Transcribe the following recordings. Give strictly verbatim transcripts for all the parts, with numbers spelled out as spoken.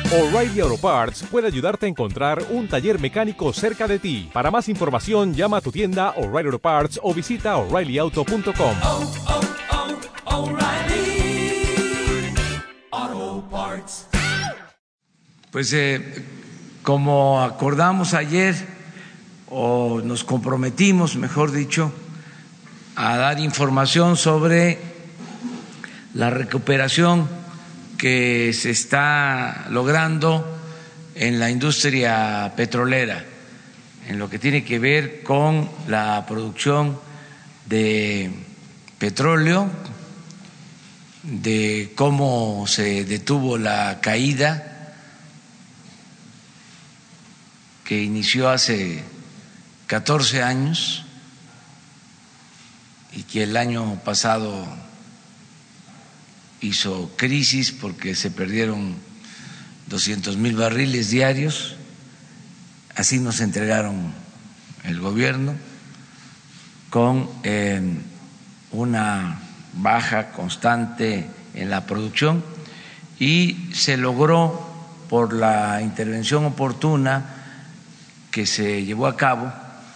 O'Reilly Auto Parts puede ayudarte a encontrar un taller mecánico cerca de ti. Para más información, llama a tu tienda O'Reilly Auto Parts o visita O'Reilly Auto punto com. Oh, oh, oh, O'Reilly Auto Parts. Pues eh, como acordamos ayer, o nos comprometimos, mejor dicho, a dar información sobre la recuperación que se está logrando en la industria petrolera, en lo que tiene que ver con la producción de petróleo, de cómo se detuvo la caída que inició hace catorce años y que el año pasado hizo crisis porque se perdieron doscientos mil barriles diarios. Así nos entregaron el gobierno, con eh, una baja constante en la producción, y se logró, por la intervención oportuna que se llevó a cabo.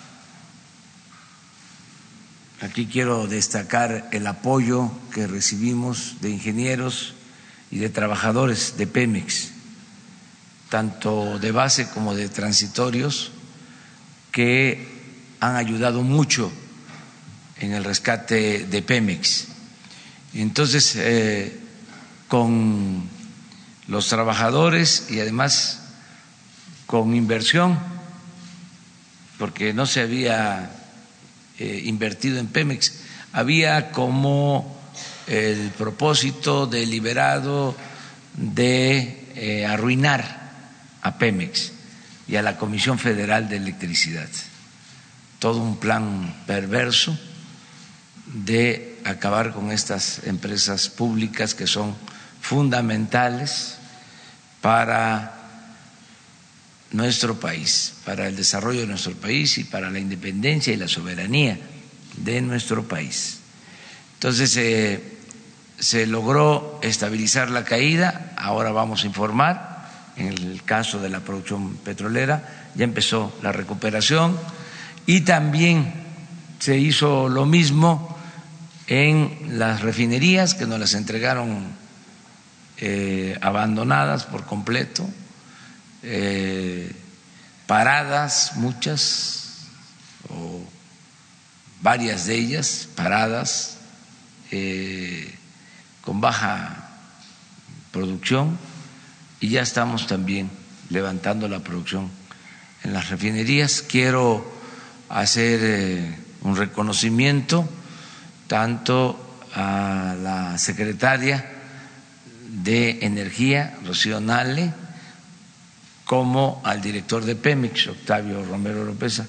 Aquí quiero destacar el apoyo que recibimos de ingenieros y de trabajadores de Pemex, tanto de base como de transitorios, que han ayudado mucho en el rescate de Pemex. Entonces, eh, con los trabajadores y además con inversión, porque no se había Eh, invertido en Pemex, había como el propósito deliberado de eh, arruinar a Pemex y a la Comisión Federal de Electricidad, todo un plan perverso de acabar con estas empresas públicas que son fundamentales para nuestro país, para el desarrollo de nuestro país y para la independencia y la soberanía de nuestro país. Entonces eh, se logró estabilizar la caída. Ahora vamos a informar, en el caso de la producción petrolera ya empezó la recuperación, y también se hizo lo mismo en las refinerías, que nos las entregaron eh, abandonadas por completo, Eh, paradas, muchas o varias de ellas paradas, eh, con baja producción, y ya estamos también levantando la producción en las refinerías. Quiero hacer eh, un reconocimiento tanto a la secretaria de Energía, Rocío Nale, como al director de Pemex, Octavio Romero Oropeza,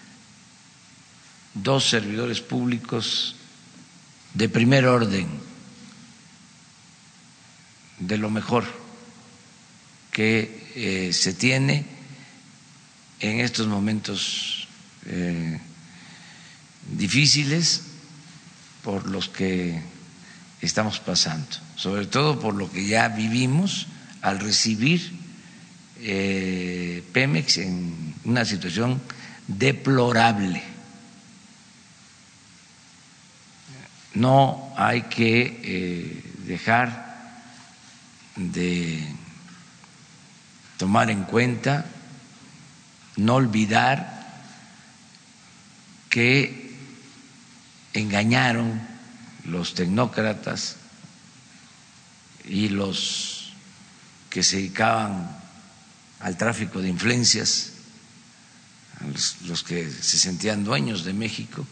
dos servidores públicos de primer orden, de lo mejor que eh, se tiene en estos momentos eh, difíciles por los que estamos pasando, sobre todo por lo que ya vivimos al recibir Eh, Pemex en una situación deplorable. No hay que eh, dejar de tomar en cuenta, no olvidar que engañaron los tecnócratas y los que se dedicaban al tráfico de influencias, los, los que se sentían dueños de México,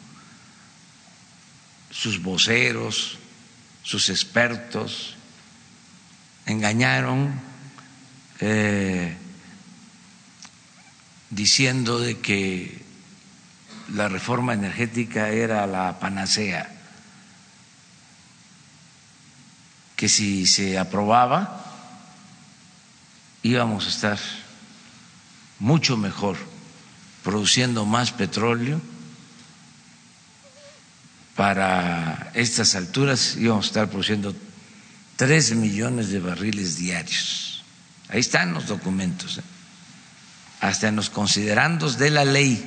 sus voceros, sus expertos, engañaron eh, diciendo de que la reforma energética era la panacea, que si se aprobaba íbamos a estar mucho mejor, produciendo más petróleo. Para estas alturas íbamos a estar produciendo tres millones de barriles diarios Ahí están los documentos, ¿eh? Hasta en los considerandos de la ley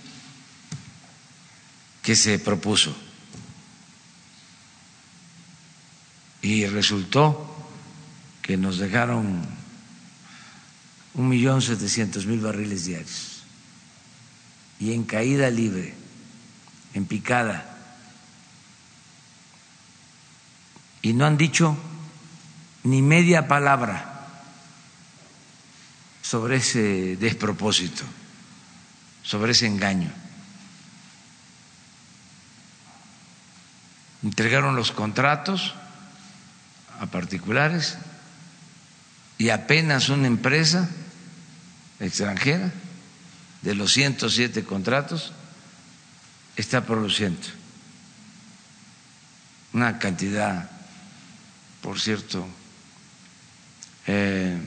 que se propuso. Y resultó que nos dejaron un millón setecientos mil barriles diarios y en caída libre, en picada. Y no han dicho ni media palabra sobre ese despropósito, sobre ese engaño. Entregaron los contratos a particulares y apenas una empresa extranjera de los ciento siete contratos está produciendo una cantidad, por cierto, eh,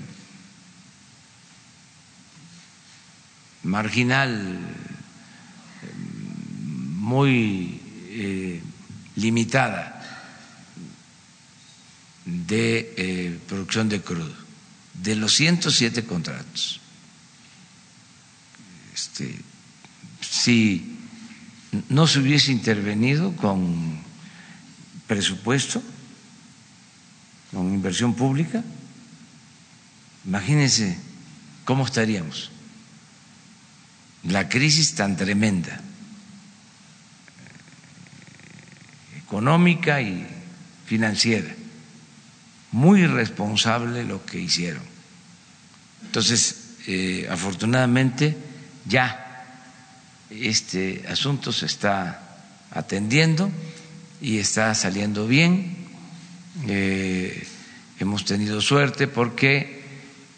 marginal, muy eh, limitada de eh, producción de crudo, de los ciento siete contratos. Este, si no se hubiese intervenido con presupuesto, con inversión pública, imagínense cómo estaríamos. La crisis tan tremenda, económica y financiera, muy irresponsable lo que hicieron. Entonces, eh, afortunadamente ya este asunto se está atendiendo y está saliendo bien. Eh, hemos tenido suerte porque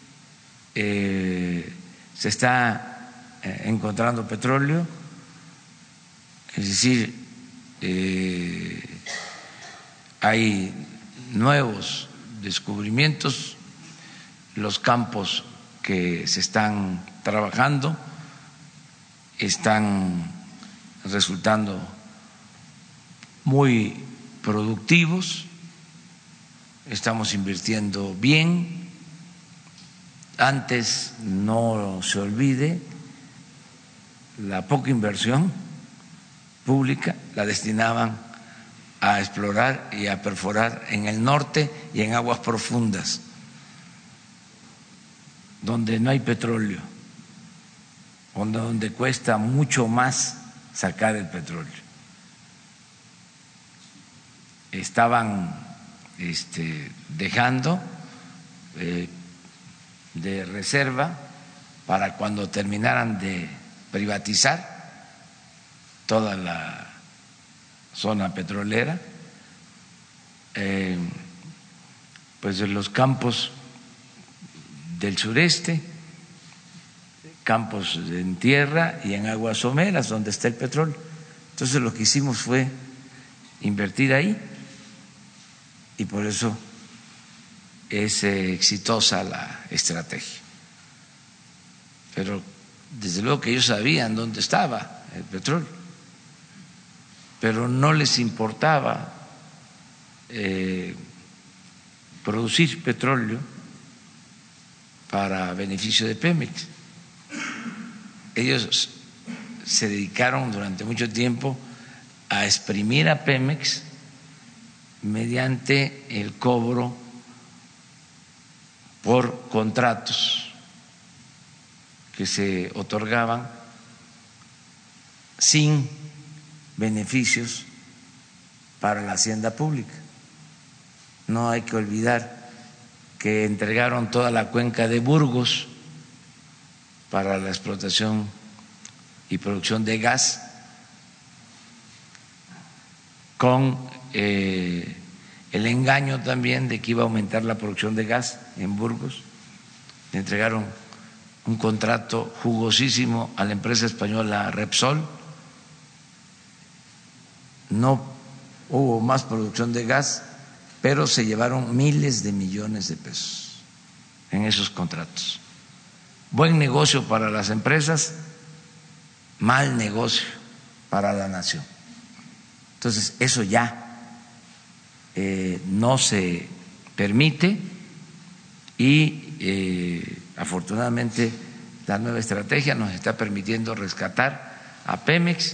eh, se está encontrando petróleo, es decir, eh, hay nuevos descubrimientos, los campos que se están trabajando están resultando muy productivos, estamos invirtiendo bien. Antes, no se olvide, la poca inversión pública la destinaban a explorar y a perforar en el norte y en aguas profundas, donde no hay petróleo, donde cuesta mucho más sacar el petróleo. Estaban este, dejando eh, de reserva para cuando terminaran de privatizar toda la zona petrolera, eh, pues en los campos del sureste, campos en tierra y en aguas someras donde está el petróleo. Entonces lo que hicimos fue invertir ahí y por eso es eh, exitosa la estrategia. Pero desde luego que ellos sabían dónde estaba el petróleo, pero no les importaba eh, producir petróleo para beneficio de Pemex. Ellos se dedicaron durante mucho tiempo a exprimir a Pemex mediante el cobro por contratos que se otorgaban sin beneficios para la hacienda pública. No hay que olvidar que entregaron toda la cuenca de Burgos para la explotación y producción de gas con eh, el engaño también de que iba a aumentar la producción de gas en Burgos. Le entregaron un contrato jugosísimo a la empresa española Repsol. No hubo más producción de gas, pero se llevaron miles de millones de pesos en esos contratos. Buen negocio para las empresas, mal negocio para la nación. Entonces, eso ya eh, no se permite y eh, afortunadamente la nueva estrategia nos está permitiendo rescatar a Pemex,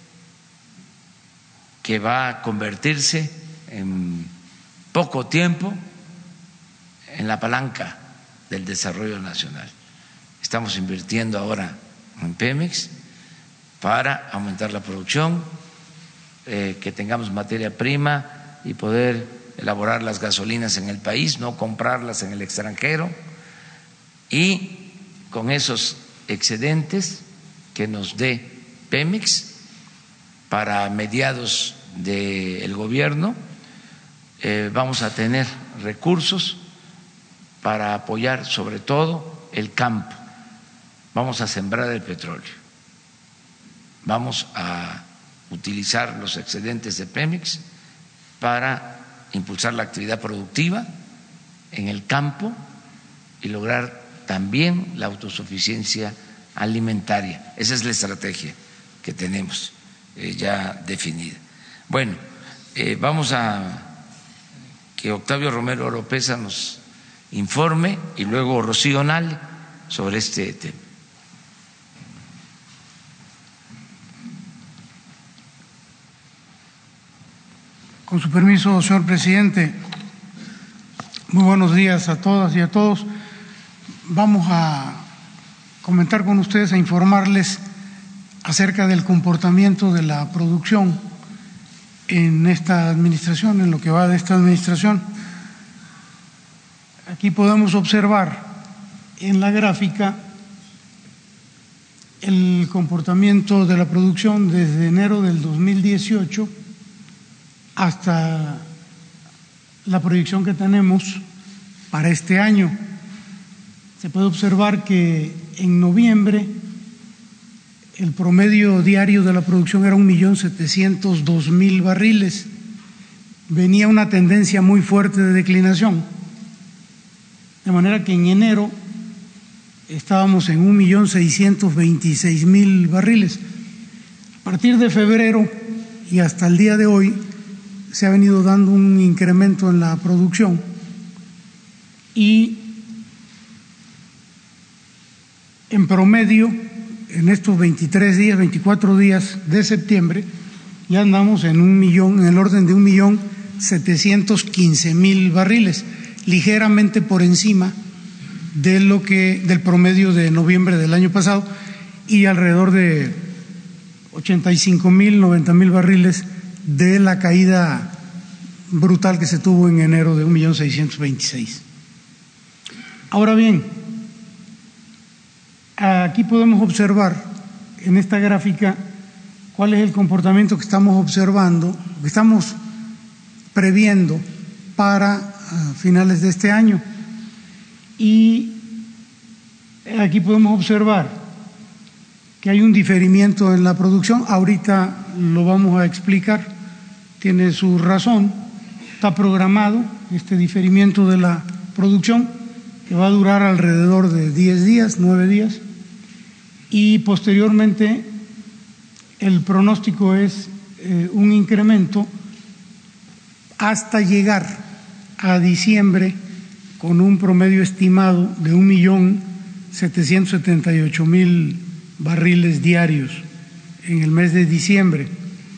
que va a convertirse en poco tiempo en la palanca del desarrollo nacional. Estamos invirtiendo ahora en Pemex para aumentar la producción, eh, que tengamos materia prima y poder elaborar las gasolinas en el país, no comprarlas en el extranjero, y con esos excedentes que nos dé Pemex para mediados del gobierno eh, vamos a tener recursos para apoyar sobre todo el campo. Vamos a sembrar el petróleo, vamos a utilizar los excedentes de Pemex para impulsar la actividad productiva en el campo y lograr también la autosuficiencia alimentaria. Esa es la estrategia que tenemos eh, ya definida. Bueno, eh, vamos a que Octavio Romero Oropeza nos informe y luego Rocío Nale sobre este tema. Con su permiso, señor presidente, muy buenos días a todas y a todos. Vamos a comentar con ustedes, a informarles acerca del comportamiento de la producción en esta administración, en lo que va de esta administración. Aquí podemos observar en la gráfica el comportamiento de la producción desde enero del dos mil dieciocho hasta la proyección que tenemos para este año. Se puede observar que en noviembre el promedio diario de la producción era un millón setecientos dos mil barriles. Venía una tendencia muy fuerte de declinación, de manera que en enero estábamos en un millón seiscientos veintiséis mil barriles. A partir de febrero y hasta el día de hoy se ha venido dando un incremento en la producción y en promedio en estos veintitrés días, veinticuatro días de septiembre ya andamos en un millón, en el orden de un millón setecientos quince mil barriles, ligeramente por encima de lo que del promedio de noviembre del año pasado y alrededor de ochenta y cinco mil, noventa mil barriles de la caída brutal que se tuvo en enero de un millón seiscientos veintiséis. Ahora bien, aquí podemos observar en esta gráfica cuál es el comportamiento que estamos observando, que estamos previendo para uh, finales de este año. Y aquí podemos observar que hay un diferimiento en la producción. Ahorita lo vamos a explicar, tiene su razón. Está programado este diferimiento de la producción que va a durar alrededor de diez días, nueve días, y posteriormente el pronóstico es eh, un incremento hasta llegar a diciembre con un promedio estimado de un millón setecientos setenta y ocho mil barriles diarios en el mes de diciembre.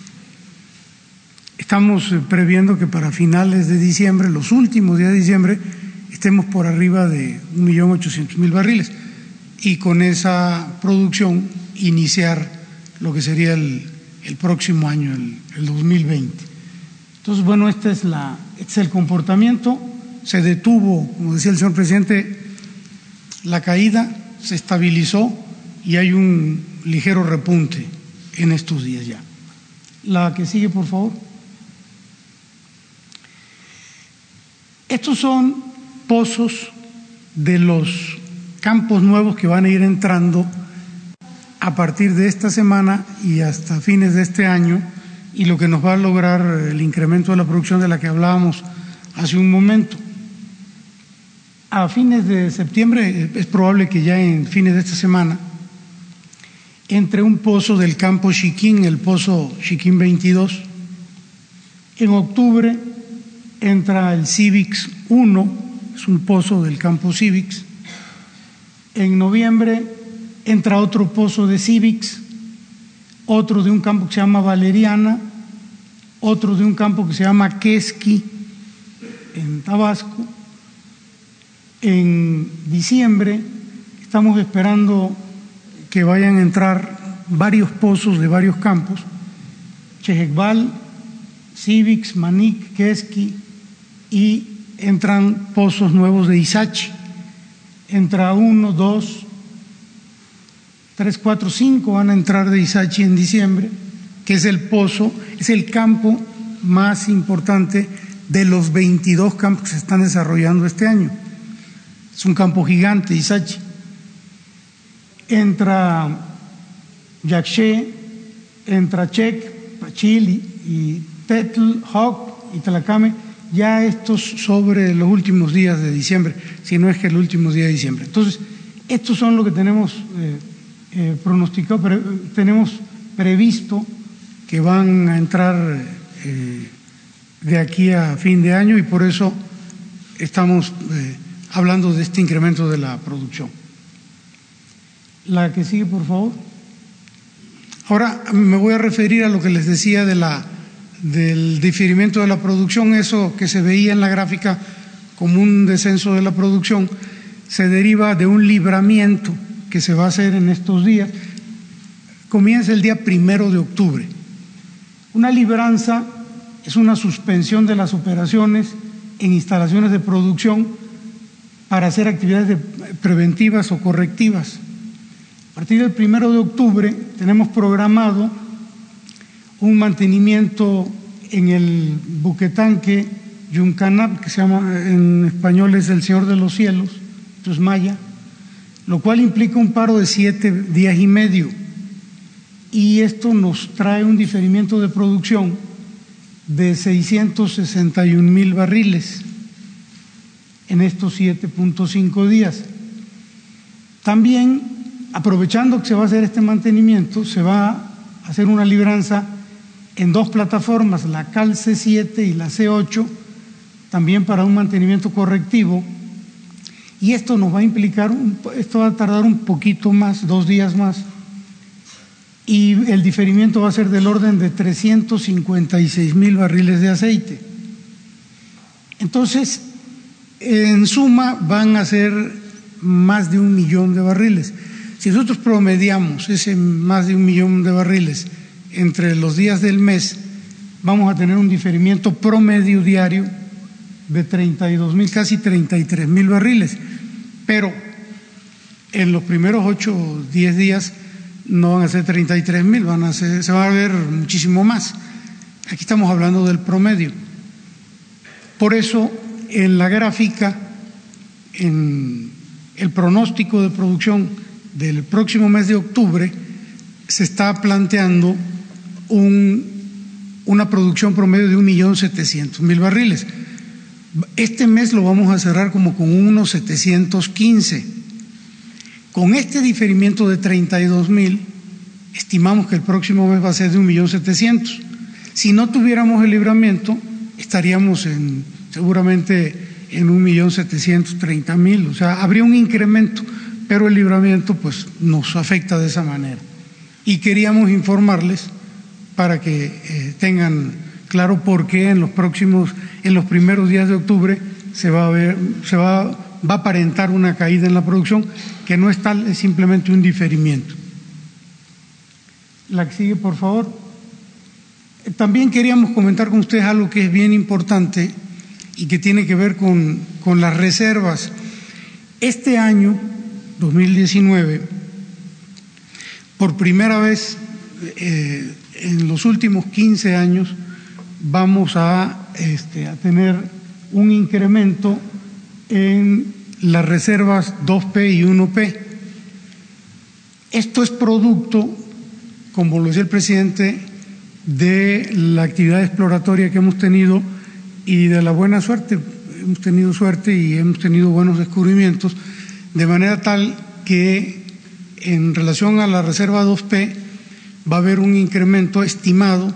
Estamos previendo que para finales de diciembre, los últimos días de diciembre, estemos por arriba de un millón ochocientos mil barriles y con esa producción iniciar lo que sería el, el próximo año, el, el dos mil veinte. Entonces, bueno, este es, la, este es el comportamiento. Se detuvo, como decía el señor presidente, la caída, se estabilizó y hay un ligero repunte en estos días ya. La que sigue, por favor. Estos son pozos de los campos nuevos que van a ir entrando a partir de esta semana y hasta fines de este año, y lo que nos va a lograr el incremento de la producción de la que hablábamos hace un momento. A fines de septiembre, es probable que ya en fines de esta semana, entre un pozo del campo Chiquín, el pozo Chiquín veintidós. En octubre entra el Cívics uno, es un pozo del campo Cívics, En noviembre entra otro pozo de Civix, otro de un campo que se llama Valeriana, otro de un campo que se llama Quesqui, en Tabasco. En diciembre estamos esperando que vayan a entrar varios pozos de varios campos, Chejecval, Civix, Manic, Quesqui, y entran pozos nuevos de Izachi. Entra uno, dos, tres, cuatro, cinco van a entrar de Izachi en diciembre, que es el pozo, es el campo más importante de los veintidós campos que se están desarrollando este año. Es un campo gigante, Izachi. Entra Yaxché, entra Chec, Pachil y, y Tetl, Hawk y Tlacame, ya estos sobre los últimos días de diciembre, si no es que el último día de diciembre. Entonces, estos son lo que tenemos eh, eh, pronosticado, pre, tenemos previsto que van a entrar eh, de aquí a fin de año, y por eso estamos eh, hablando de este incremento de la producción. La que sigue, por favor. Ahora me voy a referir a lo que les decía de la, del diferimiento de la producción. Eso que se veía en la gráfica como un descenso de la producción se deriva de un libramiento que se va a hacer en estos días. Comienza el día primero de octubre. Una libranza es una suspensión de las operaciones en instalaciones de producción para hacer actividades de, preventivas o correctivas. A partir del primero de octubre tenemos programado un mantenimiento en el buquetanque Yuncanap, que se llama en español es el Señor de los Cielos, esto es maya, lo cual implica un paro de siete días y medio, y esto nos trae un diferimiento de producción de seiscientos sesenta y un mil barriles en estos siete punto cinco días. También, aprovechando que se va a hacer este mantenimiento, se va a hacer una libranza en dos plataformas, la Cal C siete y la C ocho, también para un mantenimiento correctivo, y esto nos va a implicar, un, esto va a tardar un poquito más, dos días más, y el diferimiento va a ser del orden de trescientos cincuenta y seis mil barriles de aceite. Entonces, en suma van a ser más de un millón de barriles. Si nosotros promediamos ese más de un millón de barriles entre los días del mes, vamos a tener un diferimiento promedio diario de treinta y dos mil, casi treinta y tres mil barriles, pero en los primeros ocho o diez días no van a ser treinta y tres mil, van a ser, se va a ver muchísimo más. Aquí estamos hablando del promedio. Por eso, en la gráfica, en el pronóstico de producción del próximo mes de octubre, se está planteando un, una producción promedio de un millón setecientos mil barriles. Este mes lo vamos a cerrar como con unos setecientos quince. Con este diferimiento de treinta y dos mil, estimamos que el próximo mes va a ser de un millón setecientos. Si no tuviéramos el libramiento, estaríamos en, seguramente en un millón setecientos treinta mil, o sea, habría un incremento, pero el libramiento pues nos afecta de esa manera. Y queríamos informarles para que eh, tengan claro por qué en los próximos, en los primeros días de octubre se va a ver, se va, va a aparentar una caída en la producción, que no es tal, es simplemente un diferimiento. La que sigue, por favor. También queríamos comentar con ustedes algo que es bien importante y que tiene que ver con, con las reservas. Este año, dos mil diecinueve, por primera vez eh, en los últimos quince años, vamos a, este, a tener un incremento en las reservas dos P y uno P. Esto es producto, como lo decía el presidente, de la actividad exploratoria que hemos tenido y de la buena suerte. Hemos tenido suerte y hemos tenido buenos descubrimientos, de manera tal que en relación a la reserva dos P va a haber un incremento estimado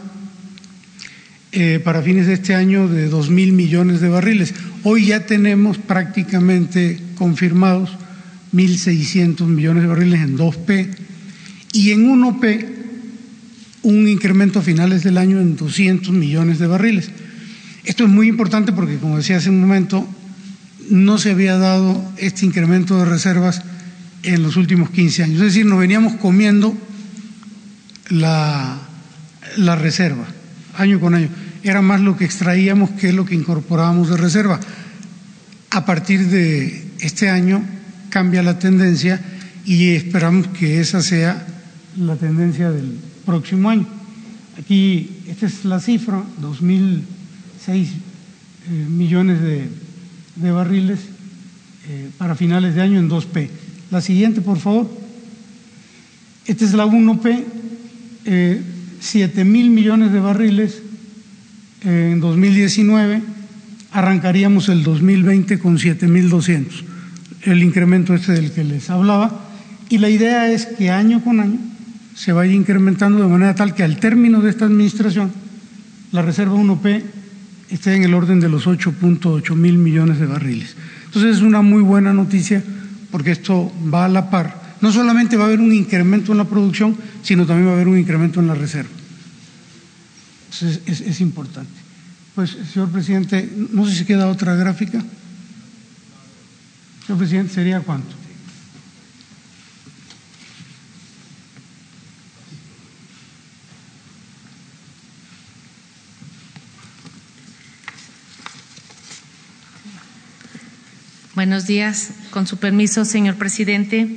eh, para fines de este año de dos mil millones de barriles. Hoy ya tenemos prácticamente confirmados mil seiscientos millones de barriles en dos P y en uno P un incremento a finales del año en doscientos millones de barriles. Esto es muy importante porque, como decía hace un momento, no se había dado este incremento de reservas en los últimos quince años. Es decir, nos veníamos comiendo la, la reserva año con año. Era más lo que extraíamos que lo que incorporábamos de reserva. A partir de este año cambia la tendencia y esperamos que esa sea la tendencia del próximo año. Aquí, esta es la cifra, dos mil seis eh, millones de, de barriles eh, para finales de año en dos P. La siguiente, por favor. Esta es la uno P, eh, siete mil millones de barriles eh, en dos mil diecinueve. Arrancaríamos el dos mil veinte con siete mil doscientos, el incremento este del que les hablaba, y la idea es que año con año se vaya incrementando de manera tal que al término de esta administración la reserva uno P esté en el orden de los ocho punto ocho mil millones de barriles. Entonces es una muy buena noticia porque esto va a la par. No solamente va a haber un incremento en la producción, sino también va a haber un incremento en la reserva. Entonces es, es importante. Pues, señor presidente, no sé si queda otra gráfica. Señor presidente, ¿sería cuánto? Buenos días. Con su permiso, señor presidente.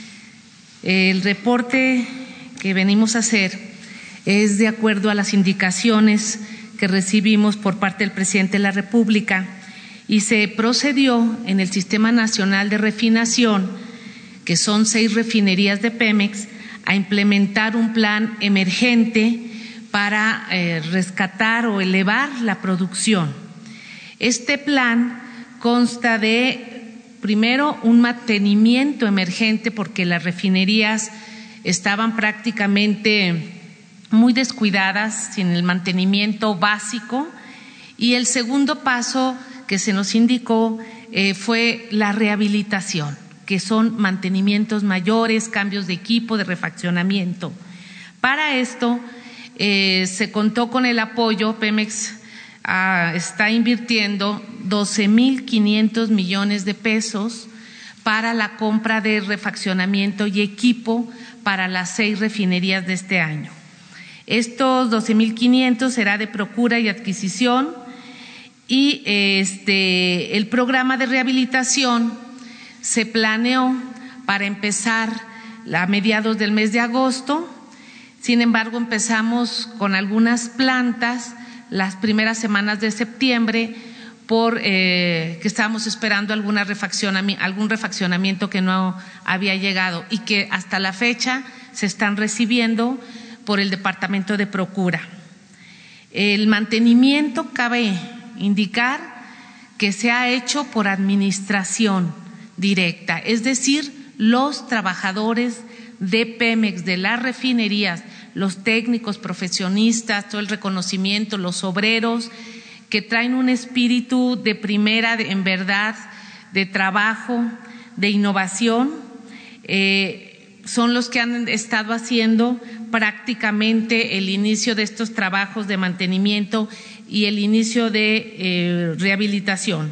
El reporte que venimos a hacer es de acuerdo a las indicaciones que recibimos por parte del presidente de la República y se procedió en el Sistema Nacional de Refinación, que son seis refinerías de Pemex, a implementar un plan emergente para eh, rescatar o elevar la producción. Este plan consta de, primero, un mantenimiento emergente porque las refinerías estaban prácticamente muy descuidadas, sin el mantenimiento básico, y el segundo paso que se nos indicó eh, fue la rehabilitación, que son mantenimientos mayores, cambios de equipo, de refaccionamiento. Para esto eh, se contó con el apoyo. Pemex ah, está invirtiendo doce mil quinientos millones de pesos para la compra de refaccionamiento y equipo para las seis refinerías de este año. Estos doce mil quinientos será de procura y adquisición y este, el programa de rehabilitación se planeó para empezar a mediados del mes de agosto. Sin embargo, empezamos con algunas plantas las primeras semanas de septiembre por eh, que estábamos esperando alguna refaccionami- algún refaccionamiento que no había llegado y que hasta la fecha se están recibiendo por el Departamento de Procura. El mantenimiento, cabe indicar que se ha hecho por administración directa, es decir, los trabajadores de Pemex, de las refinerías, los técnicos, profesionistas, todo el reconocimiento, los obreros, que traen un espíritu de primera, de, en verdad, de trabajo, de innovación, eh, son los que han estado haciendo prácticamente el inicio de estos trabajos de mantenimiento y el inicio de eh, rehabilitación.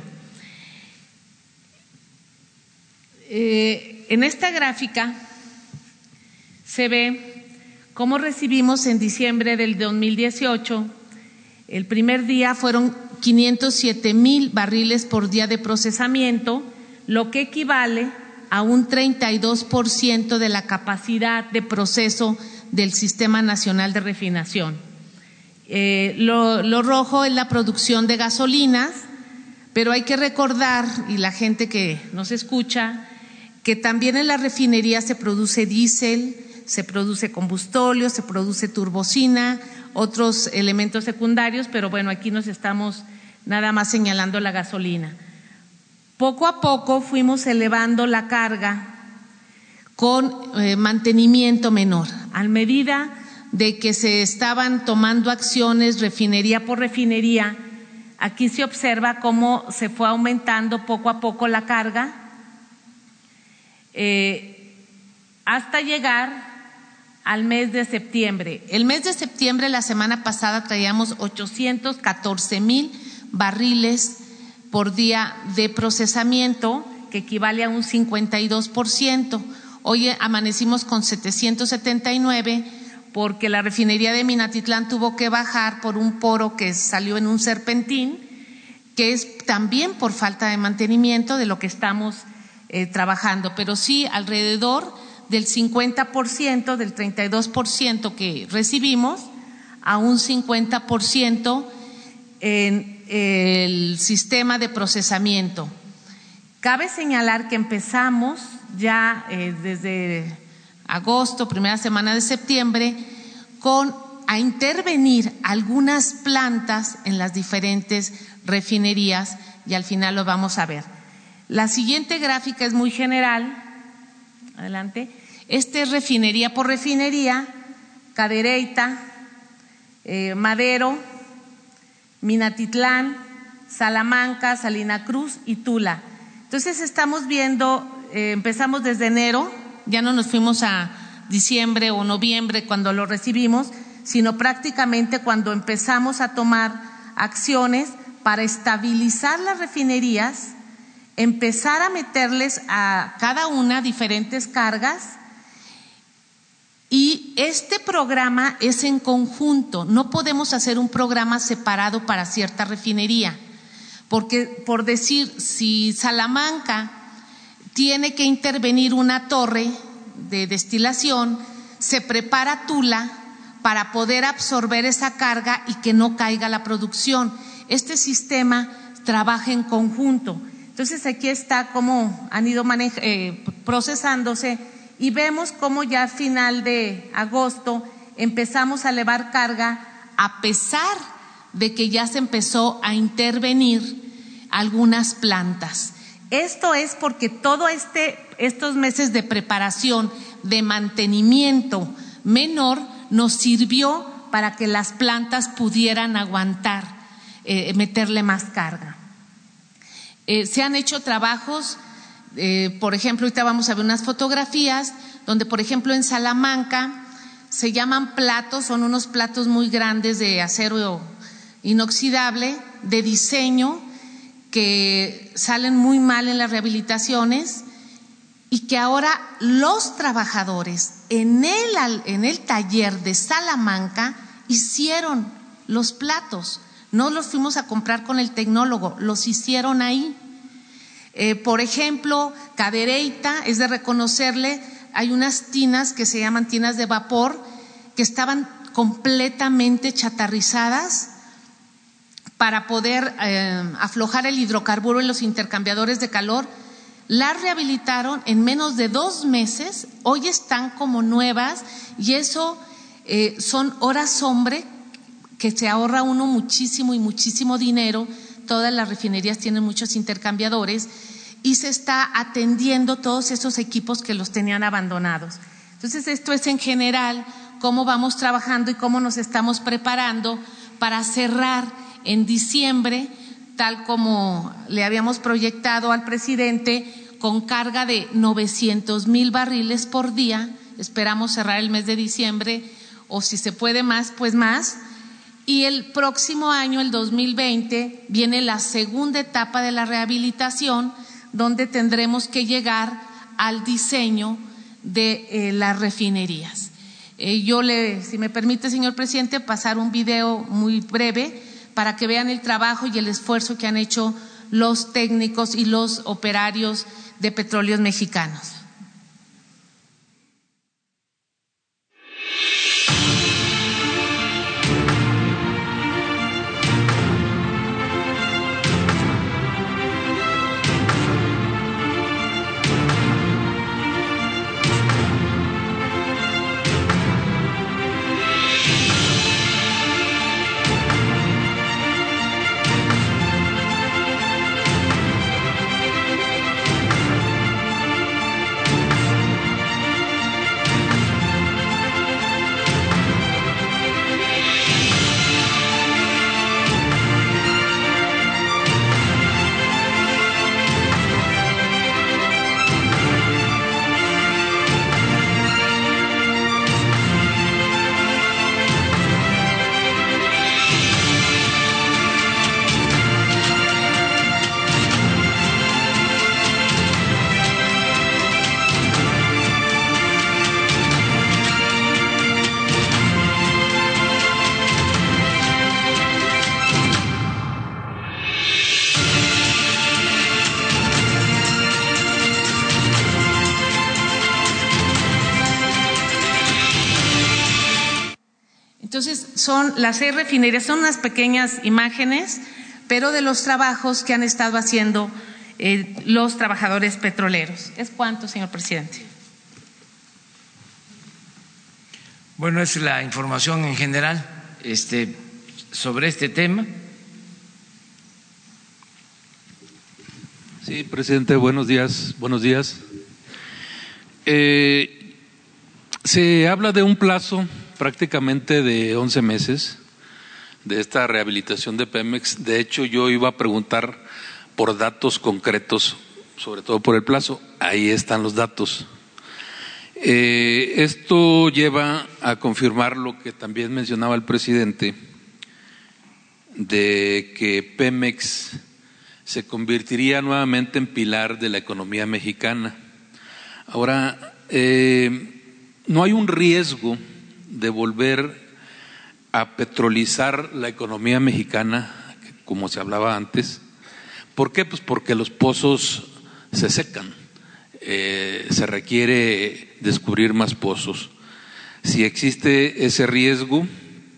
Eh, en esta gráfica se ve cómo recibimos en diciembre del dos mil dieciocho, el primer día fueron quinientos siete mil barriles por día de procesamiento, lo que equivale a un treinta y dos por ciento de la capacidad de proceso del Sistema Nacional de Refinación. Eh, lo, lo rojo es la producción de gasolinas, pero hay que recordar, y la gente que nos escucha, que también en la refinería se produce diésel, se produce combustóleo, se produce turbocina, otros elementos secundarios, pero bueno, aquí nos estamos nada más señalando la gasolina. Poco a poco fuimos elevando la carga con eh, mantenimiento menor, a medida de que se estaban tomando acciones refinería por refinería. Aquí se observa cómo se fue aumentando poco a poco la carga. eh, hasta llegar al mes de septiembre. El mes de septiembre, la semana pasada, traíamos ochocientos catorce mil barriles por día de procesamiento, que equivale a un cincuenta y dos por ciento. Hoy amanecimos con setecientos setenta y nueve porque la refinería de Minatitlán tuvo que bajar por un poro que salió en un serpentín, que es también por falta de mantenimiento de lo que estamos eh, trabajando, pero sí alrededor del cincuenta por ciento, del treinta y dos por ciento que recibimos, a un cincuenta por ciento en el sistema de procesamiento. Cabe señalar que empezamos ya eh, desde agosto, primera semana de septiembre, con a intervenir algunas plantas en las diferentes refinerías, y al final lo vamos a ver. La siguiente gráfica es muy general. Adelante. Este es refinería por refinería: Cadereyta, eh, Madero, Minatitlán, Salamanca, Salina Cruz y Tula. Entonces estamos viendo, eh, empezamos desde enero, ya no nos fuimos a diciembre o noviembre cuando lo recibimos, sino prácticamente cuando empezamos a tomar acciones para estabilizar las refinerías, empezar a meterles a cada una diferentes cargas. Y este programa es en conjunto, no podemos hacer un programa separado para cierta refinería, porque por decir, si Salamanca tiene que intervenir una torre de destilación, se prepara Tula para poder absorber esa carga y que no caiga la producción. Este sistema trabaja en conjunto. Entonces aquí está cómo han ido maneja, eh, procesándose, y vemos cómo ya a final de agosto empezamos a elevar carga, a pesar de que ya se empezó a intervenir algunas plantas. Esto es porque todo este estos meses de preparación, de mantenimiento menor, nos sirvió para que las plantas pudieran aguantar, eh, meterle más carga. Eh, se han hecho trabajos, eh, por ejemplo, ahorita vamos a ver unas fotografías donde, por ejemplo, en Salamanca se llaman platos, son unos platos muy grandes de acero inoxidable, de diseño, que salen muy mal en las rehabilitaciones, y que ahora los trabajadores en el, en el taller de Salamanca hicieron los platos. No los fuimos a comprar con el tecnólogo, los hicieron ahí. Eh, por ejemplo, Cadereyta, es de reconocerle, hay unas tinas que se llaman tinas de vapor que estaban completamente chatarrizadas para poder eh, aflojar el hidrocarburo en los intercambiadores de calor. Las rehabilitaron en menos de dos meses, hoy están como nuevas, y eso eh, son horas hombre que se ahorra uno muchísimo y muchísimo dinero. Todas las refinerías tienen muchos intercambiadores y se está atendiendo todos esos equipos que los tenían abandonados. Entonces, esto es en general cómo vamos trabajando y cómo nos estamos preparando para cerrar en diciembre, tal como le habíamos proyectado al presidente, con carga de novecientos mil barriles por día. Esperamos cerrar el mes de diciembre, o si se puede más, pues más. Y el próximo año, el dos mil veinte, viene la segunda etapa de la rehabilitación, donde tendremos que llegar al diseño de eh, las refinerías. Eh, yo le, si me permite, señor presidente, pasar un video muy breve para que vean el trabajo y el esfuerzo que han hecho los técnicos y los operarios de Petróleos Mexicanos. son las seis refinerías, son unas pequeñas imágenes, pero de los trabajos que han estado haciendo eh, los trabajadores petroleros. ¿Es cuánto, señor presidente? Bueno, es la información en general este, sobre este tema. Sí, presidente, buenos días. Buenos días. Eh, se habla de un plazo prácticamente de once meses de esta rehabilitación de Pemex. De hecho, yo iba a preguntar por datos concretos, sobre todo por el plazo. Ahí están los datos. Eh, esto lleva a confirmar lo que también mencionaba el presidente, de que Pemex se convertiría nuevamente en pilar de la economía mexicana. Ahora, eh, no hay un riesgo de volver a petrolizar la economía mexicana, como se hablaba antes. ¿Por qué? Pues porque los pozos se secan, eh, se requiere descubrir más pozos. Si existe ese riesgo,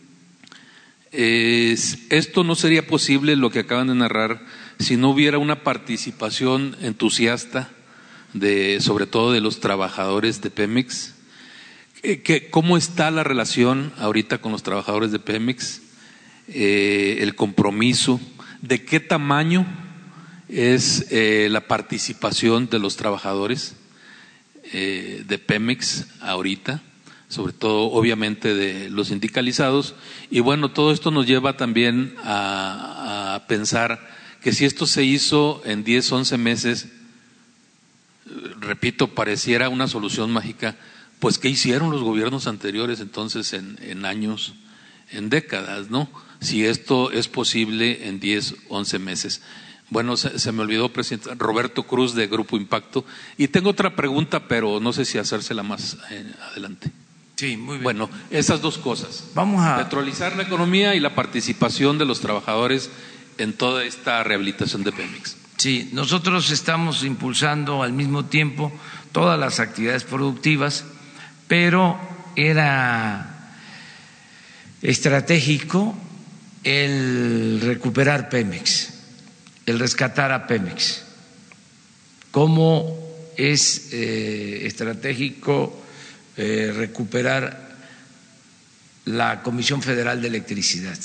eh, esto no sería posible, lo que acaban de narrar, si no hubiera una participación entusiasta de, sobre todo de los trabajadores de Pemex. ¿Cómo está la relación ahorita con los trabajadores de Pemex? Eh, el compromiso, ¿de qué tamaño es eh, la participación de los trabajadores eh, de Pemex ahorita? Sobre todo, obviamente, de los sindicalizados. Y bueno, todo esto nos lleva también a, a pensar que si esto se hizo en diez, once meses, repito, pareciera una solución mágica. Pues, ¿qué hicieron los gobiernos anteriores entonces en, en años, en décadas, no? Si esto es posible en diez, once meses. Bueno, se, se me olvidó, presidente, Roberto Cruz de Grupo Impacto. Y tengo otra pregunta, pero no sé si hacérsela más eh, adelante. Sí, muy bien. Bueno, esas dos cosas. Vamos a petrolizar la economía y la participación de los trabajadores en toda esta rehabilitación de Pemex. Sí, nosotros estamos impulsando al mismo tiempo todas las actividades productivas, pero era estratégico el recuperar Pemex, el rescatar a Pemex. ¿Cómo es eh, estratégico eh, recuperar la Comisión Federal de Electricidad?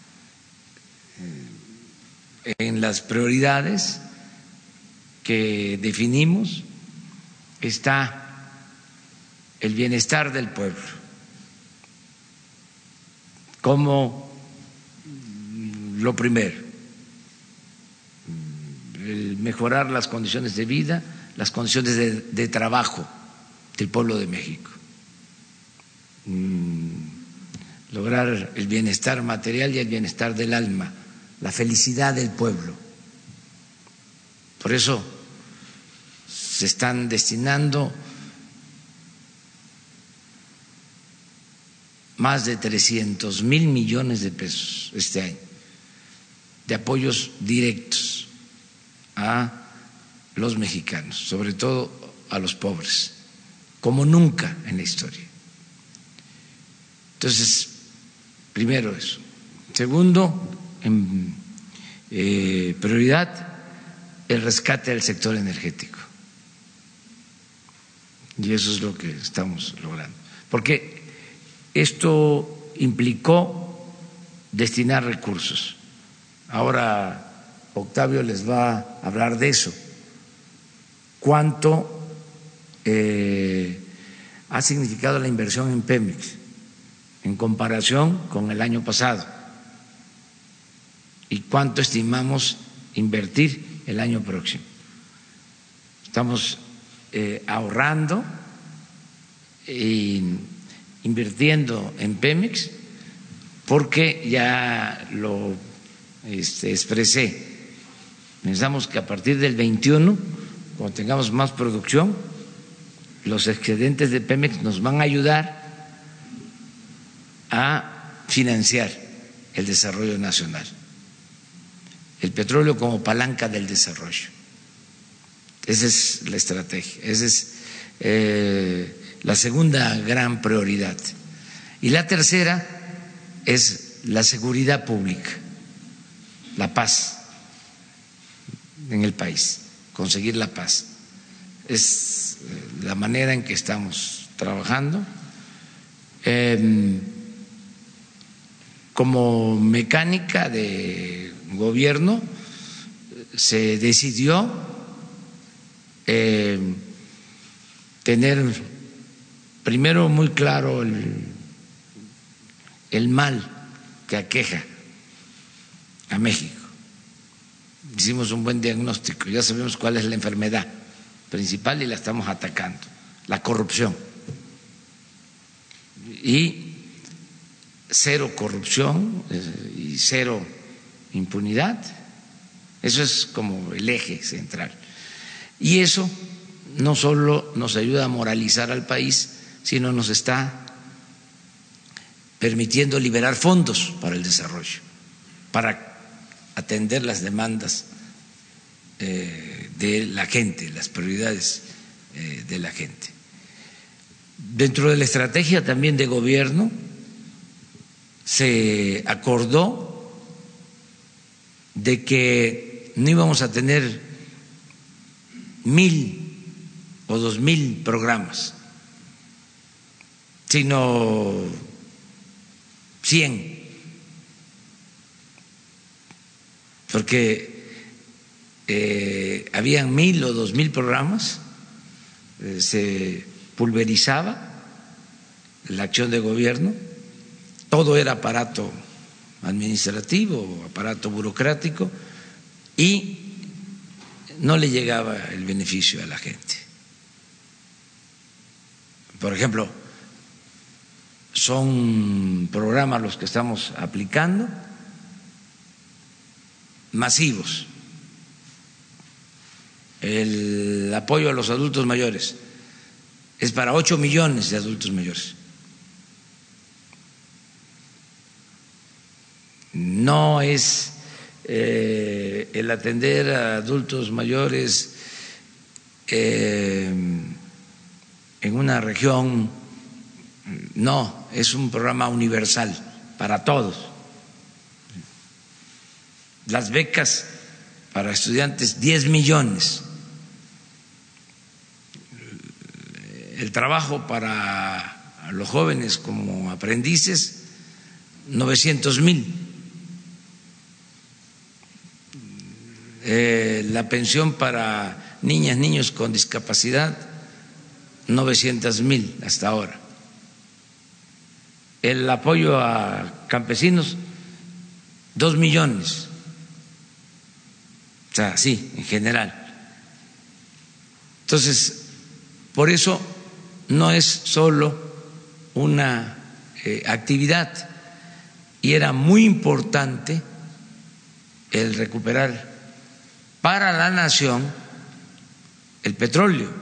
En las prioridades que definimos está el bienestar del pueblo, como lo primero, el mejorar las condiciones de vida, las condiciones de, de trabajo del pueblo de México, lograr el bienestar material y el bienestar del alma, la felicidad del pueblo. Por eso se están destinando más de trescientos mil millones de pesos este año de apoyos directos a los mexicanos, sobre todo a los pobres, como nunca en la historia. Entonces, primero eso. Segundo, en eh, prioridad, el rescate del sector energético. Y eso es lo que estamos logrando. Porque esto implicó destinar recursos. Ahora Octavio les va a hablar de eso. ¿Cuánto eh, ha significado la inversión en Pemex en comparación con el año pasado? ¿Y cuánto estimamos invertir el año próximo? Estamos eh, ahorrando e invirtiendo en Pemex porque ya lo este, expresé. Pensamos que a partir del veintiuno, cuando tengamos más producción, los excedentes de Pemex nos van a ayudar a financiar el desarrollo nacional. El petróleo como palanca del desarrollo. Esa es la estrategia, esa es eh, la segunda gran prioridad. Y la tercera es la seguridad pública, la paz en el país, conseguir la paz. Es la manera en que estamos trabajando. Eh, como mecánica de gobierno se decidió eh, tener primero muy claro el, el mal que aqueja a México. Hicimos un buen diagnóstico, ya sabemos cuál es la enfermedad principal y la estamos atacando, la corrupción. Y cero corrupción y cero impunidad, eso es como el eje central. Y eso no solo nos ayuda a moralizar al país, sino nos está permitiendo liberar fondos para el desarrollo, para atender las demandas eh, de la gente, las prioridades eh, de la gente. Dentro de la estrategia también de gobierno se acordó de que no íbamos a tener mil o dos mil programas, sino cien, porque eh, habían mil o dos mil programas, eh, se pulverizaba la acción de gobierno, todo era aparato administrativo, aparato burocrático, y no le llegaba el beneficio a la gente. Por ejemplo, son programas los que estamos aplicando masivos. El apoyo a los adultos mayores es para ocho millones de adultos mayores. No es eh, el atender a adultos mayores eh, en una región, no, es un programa universal para todos. Las becas para estudiantes, diez millones. El trabajo para los jóvenes como aprendices, novecientos mil. Eh, la pensión para niñas, niños con discapacidad, novecientos mil hasta ahora. El apoyo a campesinos, dos millones. O sea, sí, en general. Entonces, por eso no es solo una eh, actividad, y era muy importante el recuperar para la nación el petróleo.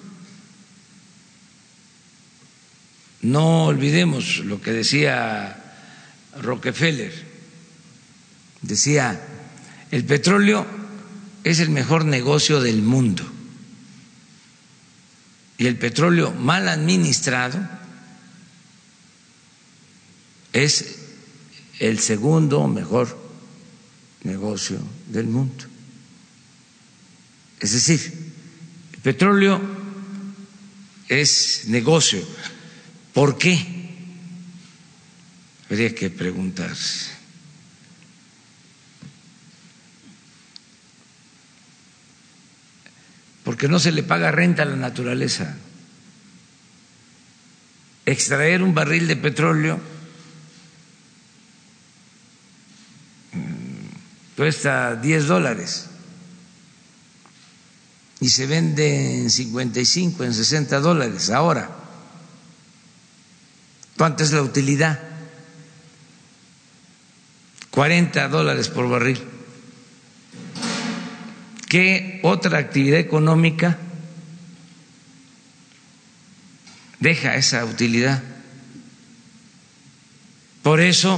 No olvidemos lo que decía Rockefeller, decía, el petróleo es el mejor negocio del mundo, y el petróleo mal administrado es el segundo mejor negocio del mundo. Es decir, el petróleo es negocio. ¿Por qué? Habría que preguntarse. Porque no se le paga renta a la naturaleza. Extraer un barril de petróleo cuesta diez dólares y se vende en cincuenta y cinco, en sesenta dólares ahora. ¿Cuánta es la utilidad? cuarenta dólares por barril. ¿Qué otra actividad económica deja esa utilidad? Por eso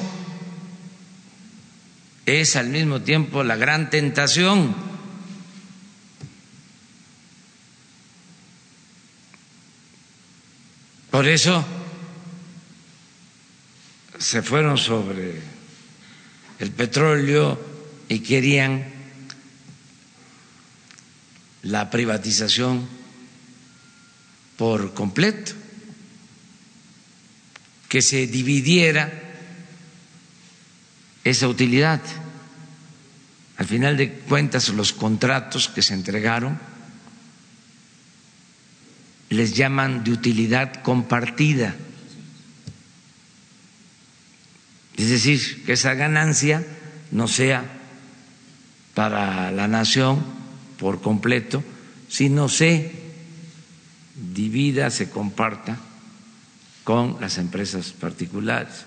es al mismo tiempo la gran tentación. Por eso se fueron sobre el petróleo y querían la privatización por completo, que se dividiera esa utilidad. Al final de cuentas, los contratos que se entregaron les llaman de utilidad compartida. Es decir, que esa ganancia no sea para la nación por completo, sino se divida, se comparta con las empresas particulares.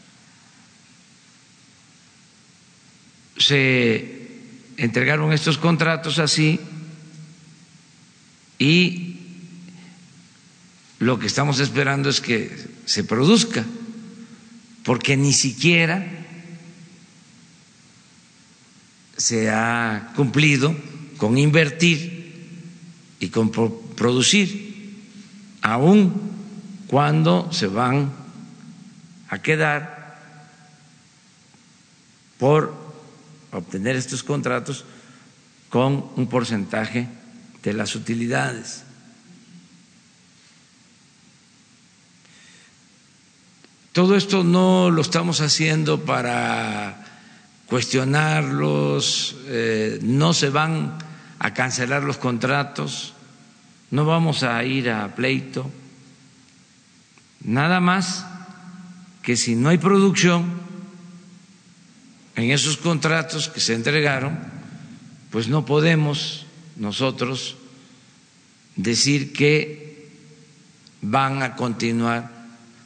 Se entregaron estos contratos así y lo que estamos esperando es que se produzca, porque ni siquiera se ha cumplido con invertir y con producir, aun cuando se van a quedar por obtener estos contratos con un porcentaje de las utilidades. Todo esto no lo estamos haciendo para cuestionarlos, eh, no se van a cancelar los contratos, no vamos a ir a pleito, nada más que si no hay producción en esos contratos que se entregaron, pues no podemos nosotros decir que van a continuar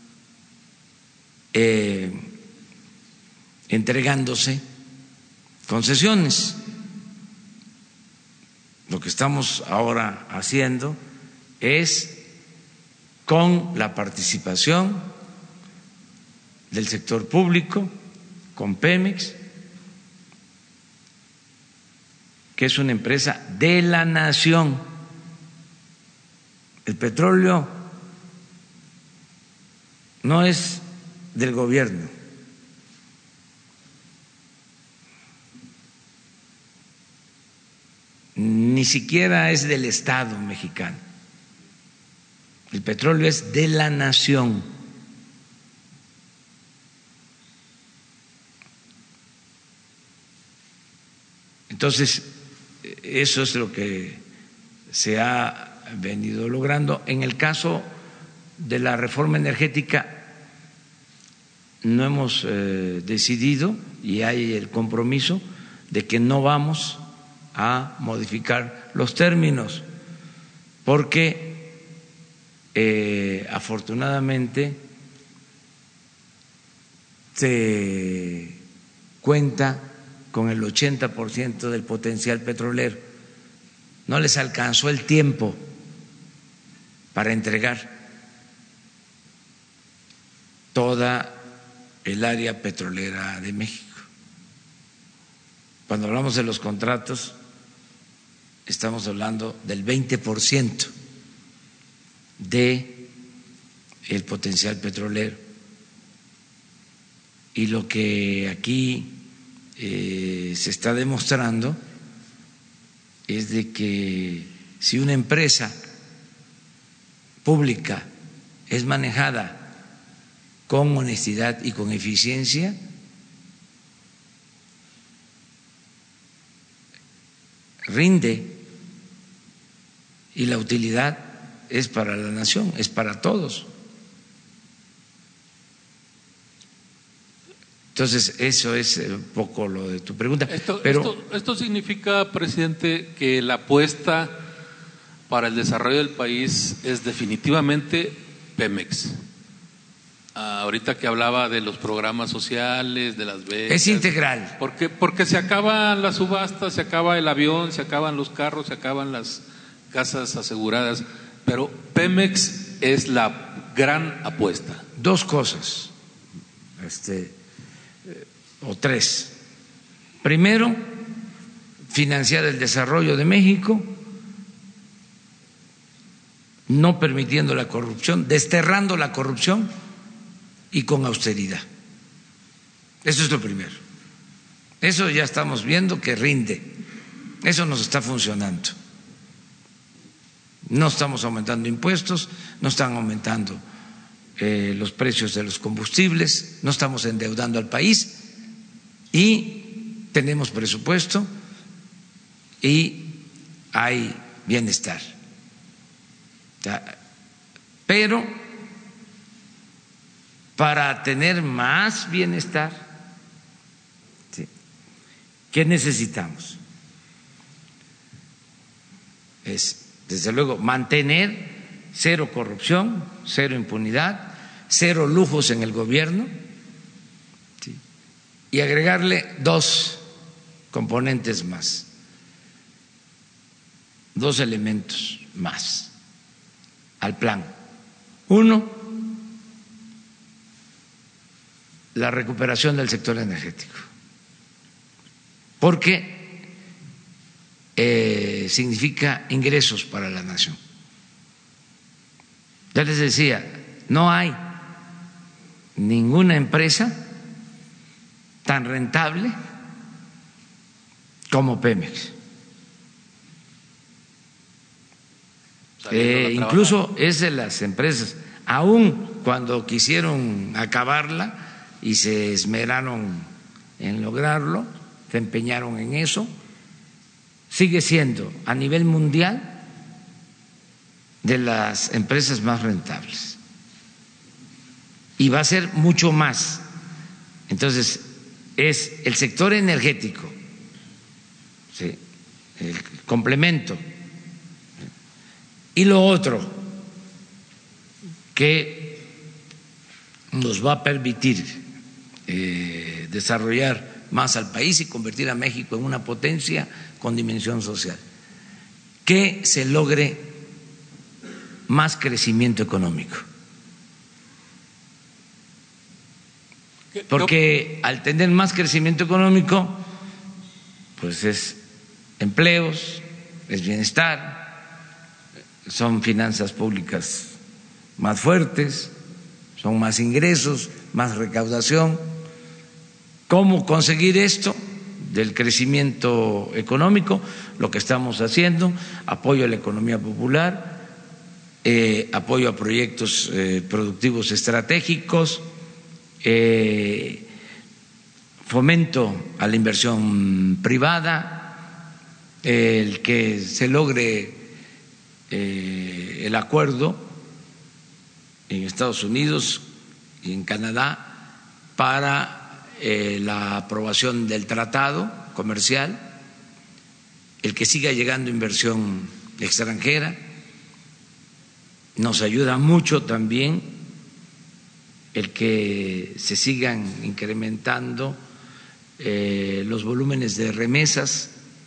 eh, entregándose concesiones. Lo que estamos ahora haciendo es, con la participación del sector público, con Pemex, que es una empresa de la nación. El petróleo no es del gobierno, ni siquiera es del Estado mexicano. El petróleo es de la nación. Entonces, eso es lo que se ha venido logrando. En el caso de la reforma energética, no hemos eh, decidido, y hay el compromiso de que no vamos a modificar los términos, porque eh, afortunadamente se cuenta con el ochenta por ciento del potencial petrolero. No les alcanzó el tiempo para entregar toda el área petrolera de México. Cuando hablamos de los contratos, estamos hablando del veinte por ciento de el potencial petrolero. Y lo que aquí eh, se está demostrando es de que si una empresa pública es manejada con honestidad y con eficiencia, rinde, y la utilidad es para la nación, es para todos. Entonces, eso es un poco lo de tu pregunta. Esto, Pero, esto, esto significa, presidente, que la apuesta para el desarrollo del país es definitivamente Pemex. Ah, ahorita que hablaba de los programas sociales, de las becas. es integral. Porque, porque se acaban las subastas, se acaba el avión, se acaban los carros, se acaban las casas aseguradas, pero Pemex es la gran apuesta. Dos cosas, este, o tres. Primero, financiar el desarrollo de México, no permitiendo la corrupción, desterrando la corrupción y con austeridad. Eso es lo primero. Eso ya estamos viendo que rinde. Eso nos está funcionando. No estamos aumentando impuestos, no están aumentando eh, los precios de los combustibles, no estamos endeudando al país y tenemos presupuesto y hay bienestar. Pero para tener más bienestar, ¿sí?, ¿qué necesitamos? Es, desde luego, mantener cero corrupción, cero impunidad, cero lujos en el gobierno, ¿sí?, y agregarle dos componentes más, dos elementos más al plan. Uno, la recuperación del sector energético, porque eh, significa ingresos para la nación. Ya les decía, no hay ninguna empresa tan rentable como Pemex. Eh, incluso es de las empresas, aun cuando quisieron acabarla y se esmeraron en lograrlo, se empeñaron en eso, sigue siendo a nivel mundial de las empresas más rentables y va a ser mucho más. Entonces, es el sector energético, ¿sí?, el complemento. Y lo otro que nos va a permitir eh, desarrollar más al país y convertir a México en una potencia con dimensión social, que se logre más crecimiento económico. Porque al tener más crecimiento económico, pues es empleos, es bienestar, son finanzas públicas más fuertes, son más ingresos, más recaudación. ¿Cómo conseguir esto del crecimiento económico? Lo que estamos haciendo: apoyo a la economía popular, eh, apoyo a proyectos eh, productivos estratégicos, eh, fomento a la inversión privada, eh, el que se logre Eh, el acuerdo en Estados Unidos y en Canadá para eh, la aprobación del tratado comercial, el que siga llegando inversión extranjera. Nos ayuda mucho también el que se sigan incrementando eh, los volúmenes de remesas,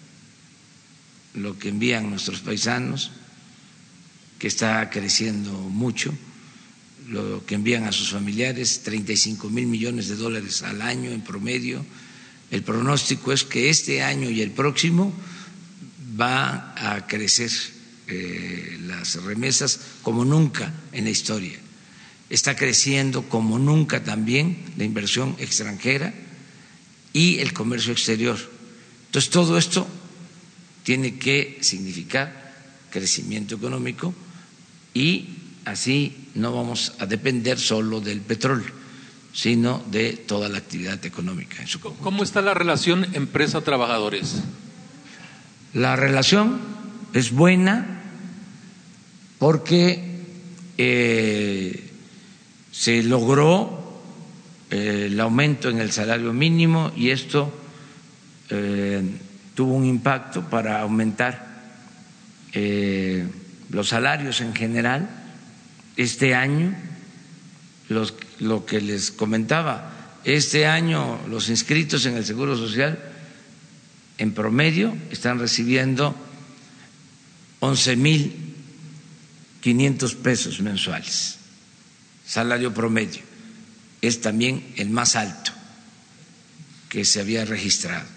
lo que envían nuestros paisanos, que está creciendo mucho, lo que envían a sus familiares, treinta y cinco mil millones de dólares al año en promedio. El pronóstico es que este año y el próximo va a crecer eh, las remesas como nunca en la historia. Está creciendo como nunca también la inversión extranjera y el comercio exterior. Entonces, todo esto tiene que significar crecimiento económico y así no vamos a depender solo del petróleo, sino de toda la actividad económica en su conjunto. ¿Cómo está la relación empresa-trabajadores? La relación es buena porque eh, se logró eh, el aumento en el salario mínimo y esto eh, tuvo un impacto para aumentar Eh, los salarios en general. Este año, los, lo que les comentaba, este año los inscritos en el Seguro Social en promedio están recibiendo once mil quinientos pesos mensuales, salario promedio. Es también el más alto que se había registrado.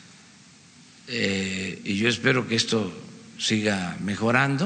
Eh, y yo espero que esto siga mejorando,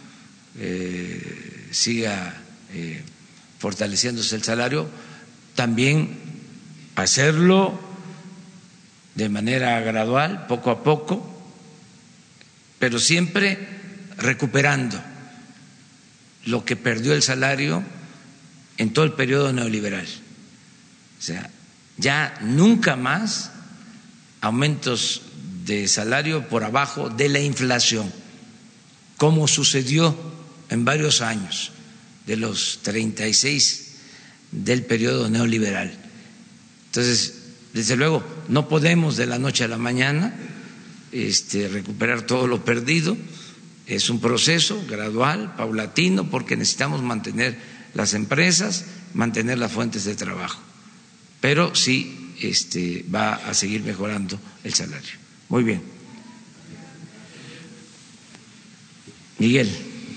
eh, siga eh, fortaleciéndose el salario. También hacerlo de manera gradual, poco a poco, pero siempre recuperando lo que perdió el salario en todo el periodo neoliberal. O sea, ya nunca más aumentos de salario por abajo de la inflación, como sucedió en varios años de los treinta y seis del periodo neoliberal. Entonces, desde luego, no podemos de la noche a la mañana este, recuperar todo lo perdido. Es un proceso gradual, paulatino, porque necesitamos mantener las empresas, mantener las fuentes de trabajo. Pero sí este, va a seguir mejorando el salario. Muy bien. Miguel.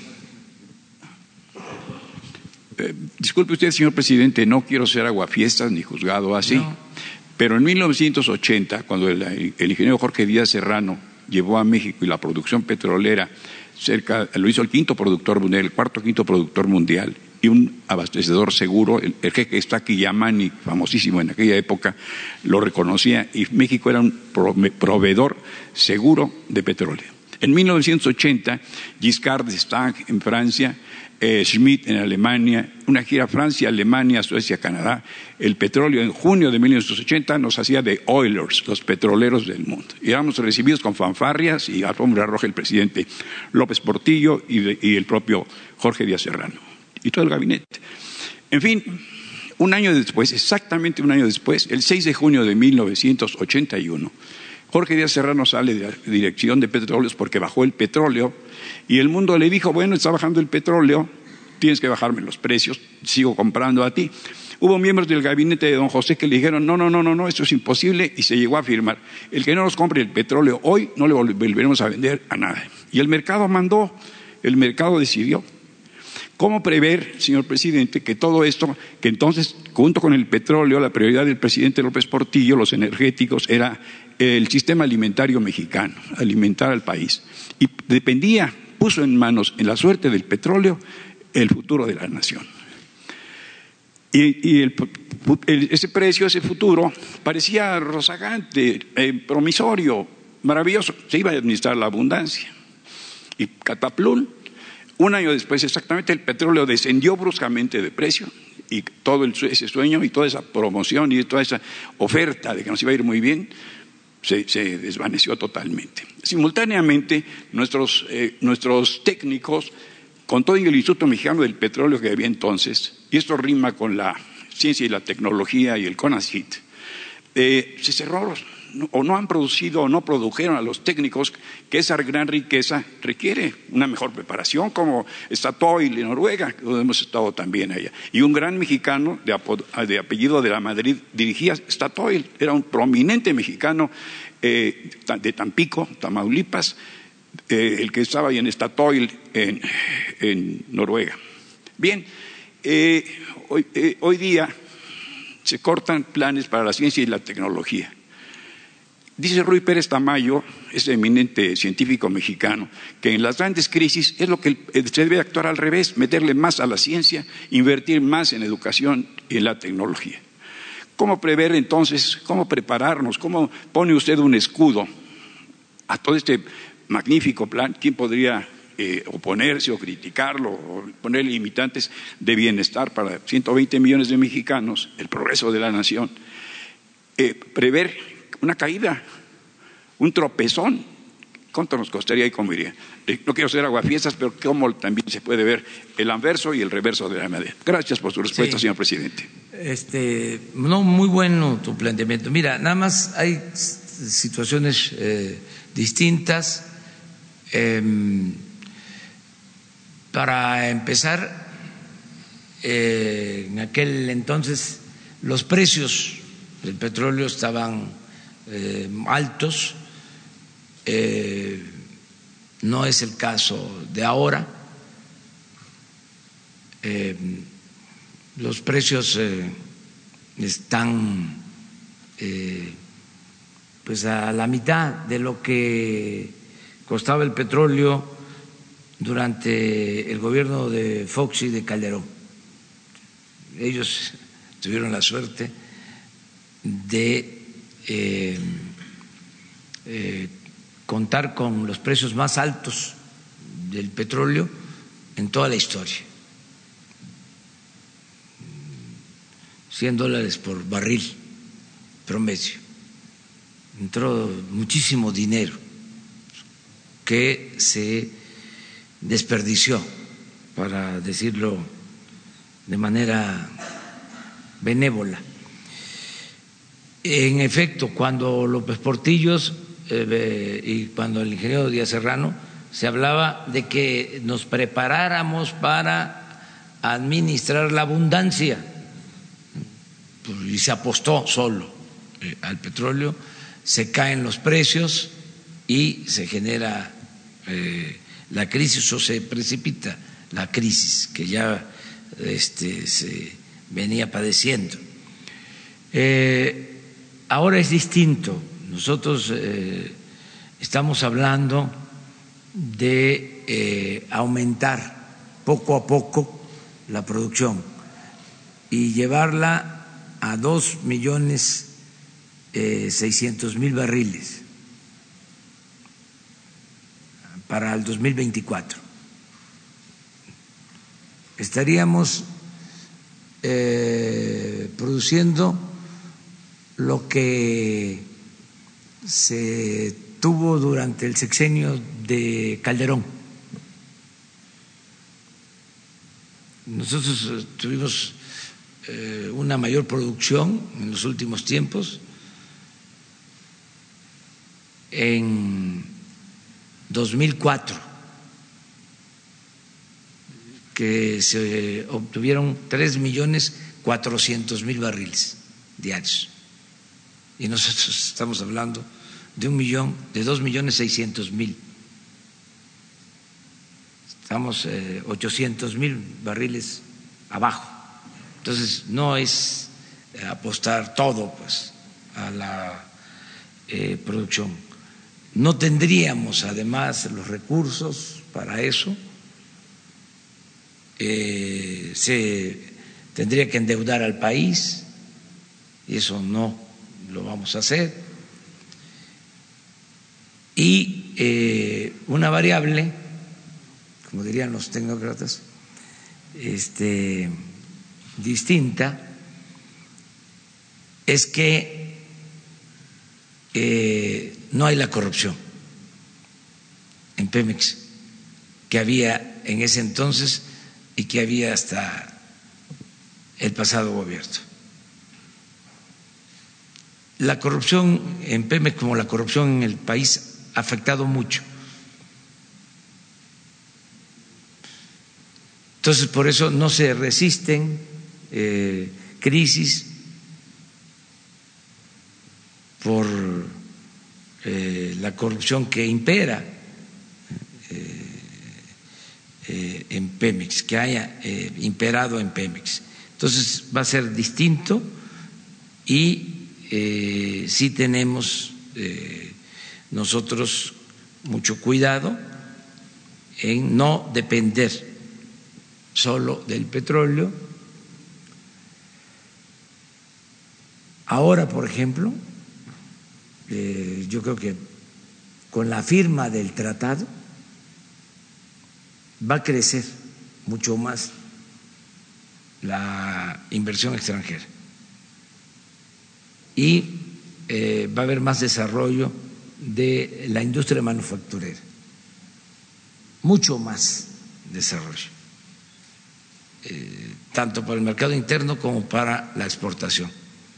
Eh, disculpe usted, señor presidente, no quiero ser aguafiestas ni juzgado así, no. Pero en mil novecientos ochenta, cuando el, el ingeniero Jorge Díaz Serrano llevó a México y la producción petrolera cerca, lo hizo el quinto productor mundial, el cuarto quinto productor mundial y un abastecedor seguro, el, el jeque Staki Yamani, famosísimo en aquella época, lo reconocía y México era un proveedor seguro de petróleo. En mil novecientos ochenta, Giscard d'Estaing en Francia, eh, Schmidt en Alemania, una gira Francia, Alemania, Suecia, Canadá. El petróleo en junio de mil novecientos ochenta nos hacía de oilers, los petroleros del mundo. Y éramos recibidos con fanfarrias y alfombra roja el presidente López Portillo y, de, y el propio Jorge Díaz Serrano y todo el gabinete. En fin, un año después, exactamente un año después, el seis de junio de mil novecientos ochenta y uno, Jorge Díaz Serrano sale de la Dirección de Petróleos porque bajó el petróleo y el mundo le dijo, bueno, está bajando el petróleo, tienes que bajarme los precios, sigo comprando a ti. Hubo miembros del gabinete de don José que le dijeron, no, no, no, no, no, esto es imposible, y se llegó a afirmar, el que no nos compre el petróleo hoy no le volveremos a vender a nada. Y el mercado mandó, el mercado decidió. ¿Cómo prever, señor presidente, que todo esto, que entonces, junto con el petróleo, la prioridad del presidente López Portillo, los energéticos, era el sistema alimentario mexicano, alimentar al país? Y dependía, puso en manos, en la suerte del petróleo, el futuro de la nación. Y, y el, el, ese precio, ese futuro, parecía rozagante, eh, promisorio, maravilloso. Se iba a administrar la abundancia. Y cataplum. Un año después, exactamente, el petróleo descendió bruscamente de precio y todo el, ese sueño y toda esa promoción y toda esa oferta de que nos iba a ir muy bien se, se desvaneció totalmente. Simultáneamente, nuestros, eh, nuestros técnicos, con todo el Instituto Mexicano del Petróleo que había entonces, y esto rima con la ciencia y la tecnología y el CONACYT, eh, se cerró o no han producido o no produjeron a los técnicos que esa gran riqueza requiere una mejor preparación, como Statoil en Noruega, donde hemos estado también allá. Y un gran mexicano de, de apellido de la Madrid dirigía Statoil, era un prominente mexicano eh, de Tampico, Tamaulipas, eh, el que estaba ahí en Statoil en, en Noruega. Bien, eh, hoy, eh, hoy día se cortan planes para la ciencia y la tecnología. Dice Ruy Pérez Tamayo, ese eminente científico mexicano, que en las grandes crisis es lo que se debe actuar al revés, meterle más a la ciencia, invertir más en educación y en la tecnología. ¿Cómo prever entonces, cómo prepararnos, cómo pone usted un escudo a todo este magnífico plan? ¿Quién podría eh, oponerse o criticarlo o ponerle limitantes de bienestar para ciento veinte millones de mexicanos, el progreso de la nación? Eh, prever una caída, un tropezón, ¿cuánto nos costaría y cómo iría? No quiero ser aguafiestas, pero cómo también se puede ver el anverso y el reverso de la medalla. Gracias por su respuesta, sí, señor presidente. Este, no, muy bueno tu planteamiento. Mira, nada más hay situaciones eh, distintas. Eh, para empezar, eh, en aquel entonces los precios del petróleo estaban Eh, altos, eh, no es el caso de ahora. Eh, los precios eh, están eh, pues a la mitad de lo que costaba el petróleo durante el gobierno de Fox y de Calderón. Ellos tuvieron la suerte de eh, eh, contar con los precios más altos del petróleo en toda la historia. cien dólares por barril promedio. Entró muchísimo dinero que se desperdició, para decirlo de manera benévola. En efecto, cuando López Portillos eh, y cuando el ingeniero Díaz Serrano se hablaba de que nos preparáramos para administrar la abundancia, y se apostó solo eh, al petróleo, se caen los precios y se genera eh, la crisis, o se precipita la crisis que ya este, se venía padeciendo. Eh, ahora es distinto. Nosotros eh, estamos hablando de eh, aumentar poco a poco la producción y llevarla a dos millones eh, seiscientos mil barriles para el dos mil veinticuatro. Estaríamos eh, produciendo lo que se tuvo durante el sexenio de Calderón. Nosotros tuvimos eh, una mayor producción en los últimos tiempos. En dos mil cuatro, que se obtuvieron tres millones cuatrocientos mil barriles diarios, y nosotros estamos hablando de un millón, de dos millones seiscientos mil. Estamos eh, ochocientos mil barriles abajo. Entonces no es apostar todo pues a la eh, producción. No tendríamos además los recursos para eso. Eh, se tendría que endeudar al país y eso no lo vamos a hacer. Y eh, una variable, como dirían los tecnócratas, este, distinta, es que eh, no hay la corrupción en Pemex que había en ese entonces y que había hasta el pasado gobierno. La corrupción en Pemex, como la corrupción en el país, ha afectado mucho. Entonces, por eso no se resisten eh, crisis por eh, la corrupción que impera eh, eh, en Pemex, que haya eh, imperado en Pemex. Entonces va a ser distinto y eh, sí tenemos eh, nosotros mucho cuidado en no depender solo del petróleo. Ahora, por ejemplo, eh, yo creo que con la firma del tratado va a crecer mucho más la inversión extranjera y eh, va a haber más desarrollo de la industria manufacturera, mucho más desarrollo, eh, tanto para el mercado interno como para la exportación.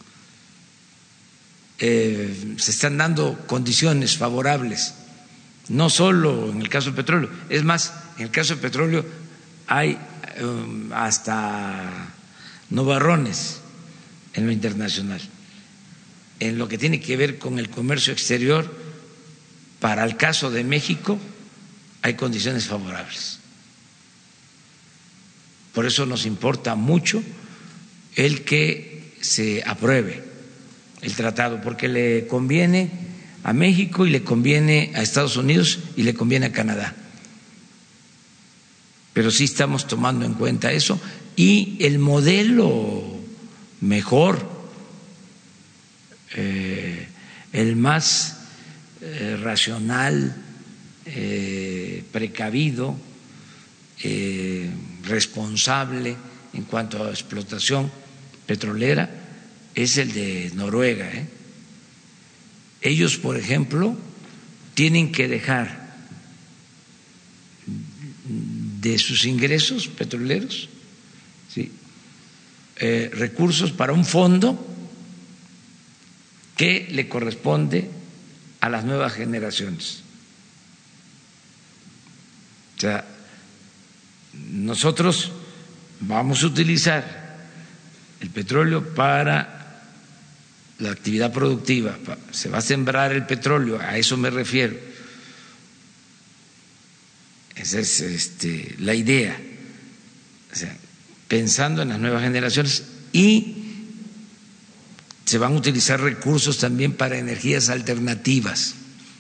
Eh, se están dando condiciones favorables, no solo en el caso del petróleo, es más, en el caso del petróleo hay um, hasta nubarrones en lo internacional. En lo que tiene que ver con el comercio exterior, para el caso de México hay condiciones favorables. Por eso nos importa mucho el que se apruebe el tratado, porque le conviene a México y le conviene a Estados Unidos y le conviene a Canadá. Pero sí estamos tomando en cuenta eso, y el modelo mejor eh, el más eh, racional, eh, precavido, eh, responsable en cuanto a explotación petrolera es el de Noruega, ¿eh? Ellos, por ejemplo, tienen que dejar de sus ingresos petroleros, ¿sí?, eh, recursos para un fondo que le corresponde a las nuevas generaciones. O sea, nosotros vamos a utilizar el petróleo para la actividad productiva, se va a sembrar el petróleo, a eso me refiero. Esa es este, la idea, o sea, pensando en las nuevas generaciones, y se van a utilizar recursos también para energías alternativas.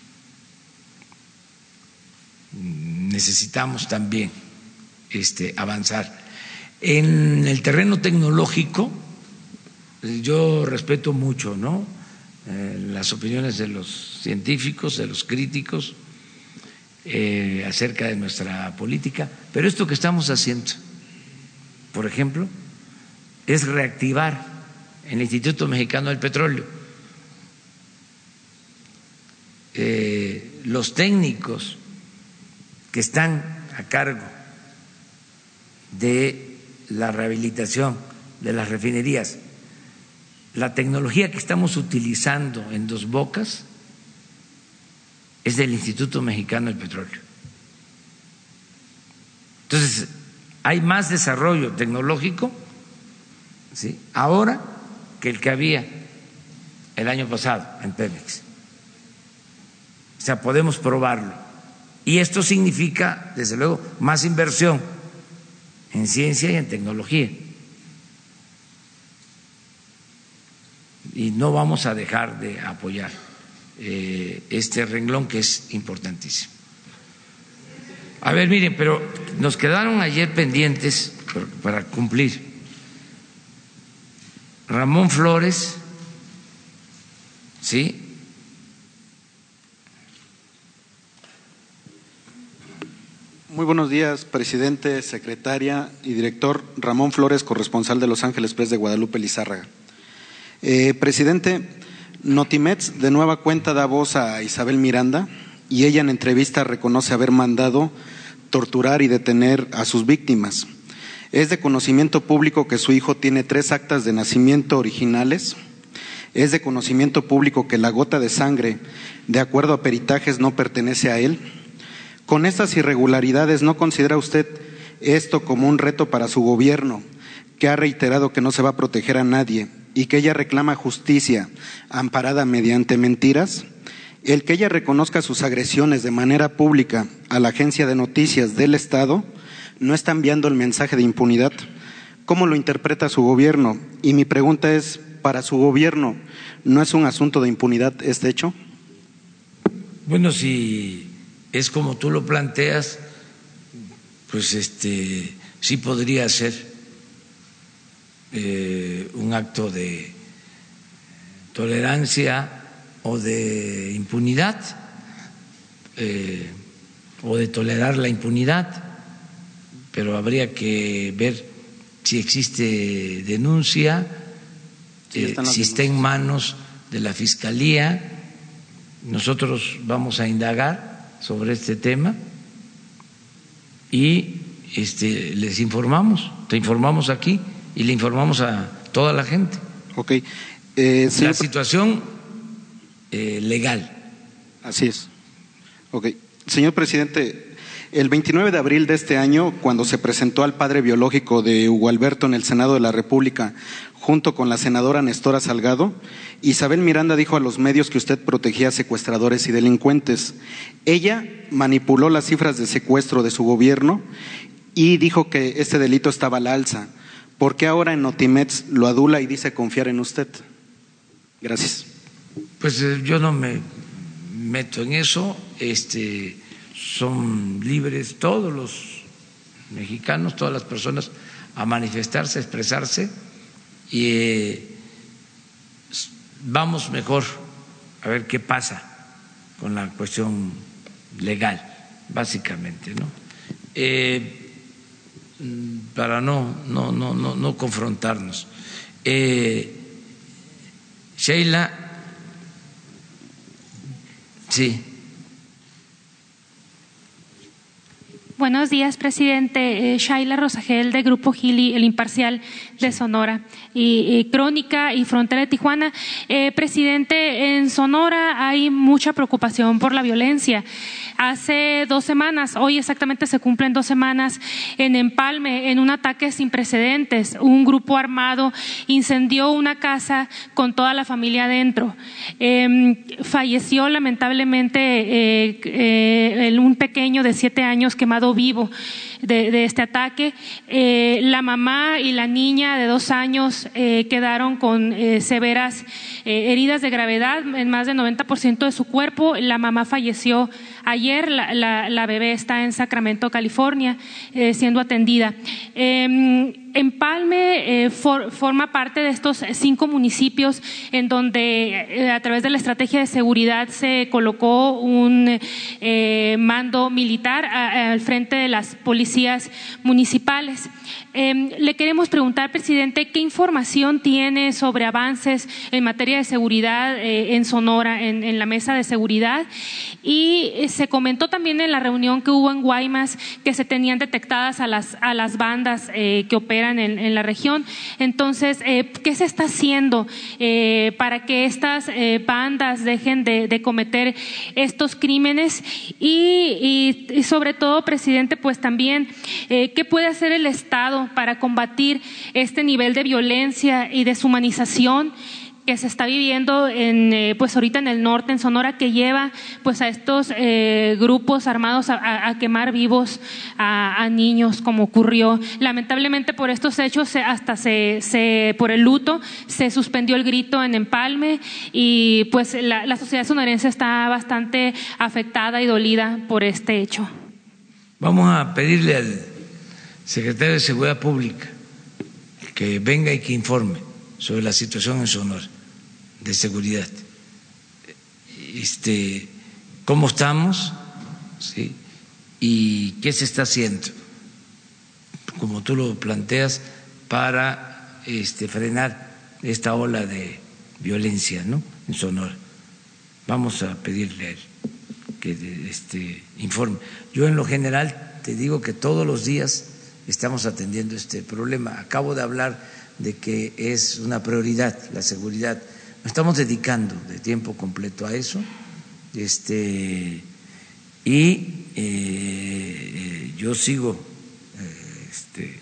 Necesitamos también este, avanzar. En el terreno tecnológico, yo respeto mucho, ¿no?, eh, las opiniones de los científicos, de los críticos eh, acerca de nuestra política, pero esto que estamos haciendo, por ejemplo, es reactivar el Instituto Mexicano del Petróleo. Eh, los técnicos que están a cargo de la rehabilitación de las refinerías, la tecnología que estamos utilizando en Dos Bocas es del Instituto Mexicano del Petróleo. Entonces, hay más desarrollo tecnológico, ¿sí?, ahora que el que había el año pasado en Pemex. O sea, podemos probarlo. Y esto significa, desde luego, más inversión en ciencia y en tecnología. Y no vamos a dejar de apoyar eh, este renglón que es importantísimo. A ver, miren, pero nos quedaron ayer pendientes para cumplir. Ramón Flores, ¿sí? Muy buenos días, presidente, secretaria y director. Ramón Flores, corresponsal de Los Ángeles Press de Guadalupe Lizárraga. Eh, presidente, Notimex de nueva cuenta da voz a Isabel Miranda y ella en entrevista reconoce haber mandado torturar y detener a sus víctimas. Es de conocimiento público que su hijo tiene tres actas de nacimiento originales. Es de conocimiento público que la gota de sangre, de acuerdo a peritajes, no pertenece a él. Con estas irregularidades, ¿no considera usted esto como un reto para su gobierno, que ha reiterado que no se va a proteger a nadie y que ella reclama justicia amparada mediante mentiras? El que ella reconozca sus agresiones de manera pública a la agencia de noticias del Estado no está enviando el mensaje de impunidad. ¿Cómo lo interpreta su gobierno? Y mi pregunta es, ¿para su gobierno no es un asunto de impunidad este hecho? Bueno, si es como tú lo planteas, pues este sí podría ser eh, un acto de tolerancia o de impunidad, eh, o de tolerar la impunidad, pero habría que ver si existe denuncia, sí, eh, si está en manos de la Fiscalía. Nosotros vamos a indagar sobre este tema y este, les informamos, te informamos aquí y le informamos a toda la gente. Okay. Eh, la situación eh, legal. Así es. Okay. Señor presidente, el veintinueve de abril de este año, cuando se presentó al padre biológico de Hugo Alberto en el Senado de la República, junto con la senadora Nestora Salgado, Isabel Miranda dijo a los medios que usted protegía a secuestradores y delincuentes. Ella manipuló las cifras de secuestro de su gobierno y dijo que este delito estaba a la alza. ¿Por qué ahora en Notimex lo adula y dice confiar en usted? Gracias. Pues eh, yo no me meto en eso. Este, son libres todos los mexicanos, todas las personas a manifestarse, a expresarse, y eh, vamos mejor a ver qué pasa con la cuestión legal, básicamente, ¿no? Eh, para no, no, no, no, no confrontarnos. Eh, Sheila, sí. Buenos días, presidente. Eh, Shaila Rosagel, de Grupo Gili, El Imparcial de Sonora, y, y Crónica y Frontera de Tijuana. Eh, presidente, en Sonora hay mucha preocupación por la violencia. Hace dos semanas, hoy exactamente se cumplen dos semanas, en Empalme, en un ataque sin precedentes, un grupo armado incendió una casa con toda la familia adentro. Eh, falleció lamentablemente eh, eh, un pequeño de siete años quemado vivo de, de este ataque. Eh, la mamá y la niña de dos años eh, quedaron con eh, severas eh, heridas de gravedad en más del noventa por ciento de su cuerpo. La mamá falleció ayer, la, la, la bebé está en Sacramento, California, eh, siendo atendida. Eh, Empalme eh, for, forma parte de estos cinco municipios en donde eh, a través de la estrategia de seguridad se colocó un eh, mando militar a, a, al frente de las policías municipales. Eh, le queremos preguntar, presidente, ¿qué información tiene sobre avances en materia de seguridad eh, en Sonora, en, en la mesa de seguridad? Y eh, se comentó también en la reunión que hubo en Guaymas que se tenían detectadas a las, a las bandas eh, que operan En, en la región. Entonces, eh, ¿qué se está haciendo eh, para que estas eh, bandas dejen de, de cometer estos crímenes? Y, y, y sobre todo, presidente, pues también, eh, ¿qué puede hacer el Estado para combatir este nivel de violencia y deshumanización que se está viviendo en, eh, pues ahorita en el norte, en Sonora, que lleva pues a estos eh, grupos armados a, a, a quemar vivos a, a niños, como ocurrió? Lamentablemente por estos hechos se, hasta se, se por el luto se suspendió el grito en Empalme y pues la, la sociedad sonorense está bastante afectada y dolida por este hecho. Vamos a pedirle al secretario de Seguridad Pública que venga y que informe sobre la situación en Sonora de seguridad, este, cómo estamos, ¿sí? Y qué se está haciendo, como tú lo planteas, para este, frenar esta ola de violencia, ¿no?, en Sonora. Vamos a pedirle a él que este, informe. Yo en lo general te digo que todos los días estamos atendiendo este problema. Acabo de hablar de que es una prioridad la seguridad. Nos estamos dedicando de tiempo completo a eso, este, y eh, yo sigo eh, este,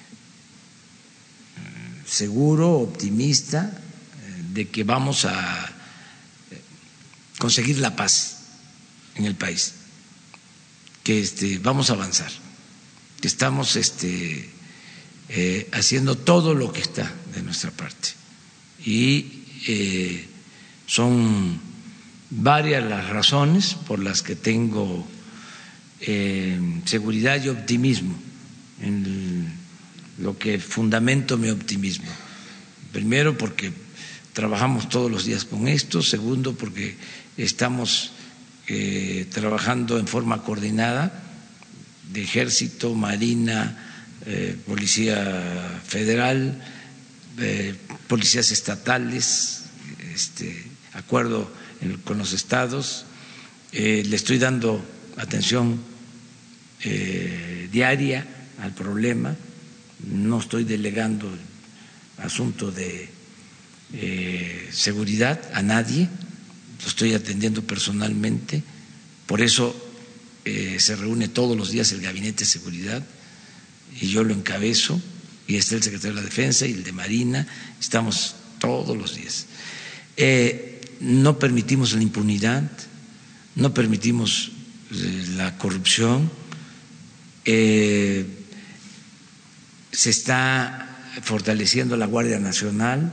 seguro, optimista eh, de que vamos a conseguir la paz en el país, que este, vamos a avanzar, que estamos este, eh, haciendo todo lo que está de nuestra parte. Y Eh, son varias las razones por las que tengo eh, seguridad y optimismo, en lo que fundamento mi optimismo. Primero, porque trabajamos todos los días con esto. Segundo, porque estamos eh, trabajando en forma coordinada de Ejército, Marina, eh, Policía Federal, eh, policías estatales, este, acuerdo en, con los estados. Eh, le estoy dando atención eh, diaria al problema, no estoy delegando asunto de eh, seguridad a nadie, lo estoy atendiendo personalmente. Por eso eh, se reúne todos los días el Gabinete de Seguridad y yo lo encabezo, y está el secretario de la Defensa y el de Marina, estamos todos los días. Eh, no permitimos la impunidad, no permitimos la corrupción, eh, se está fortaleciendo la Guardia Nacional,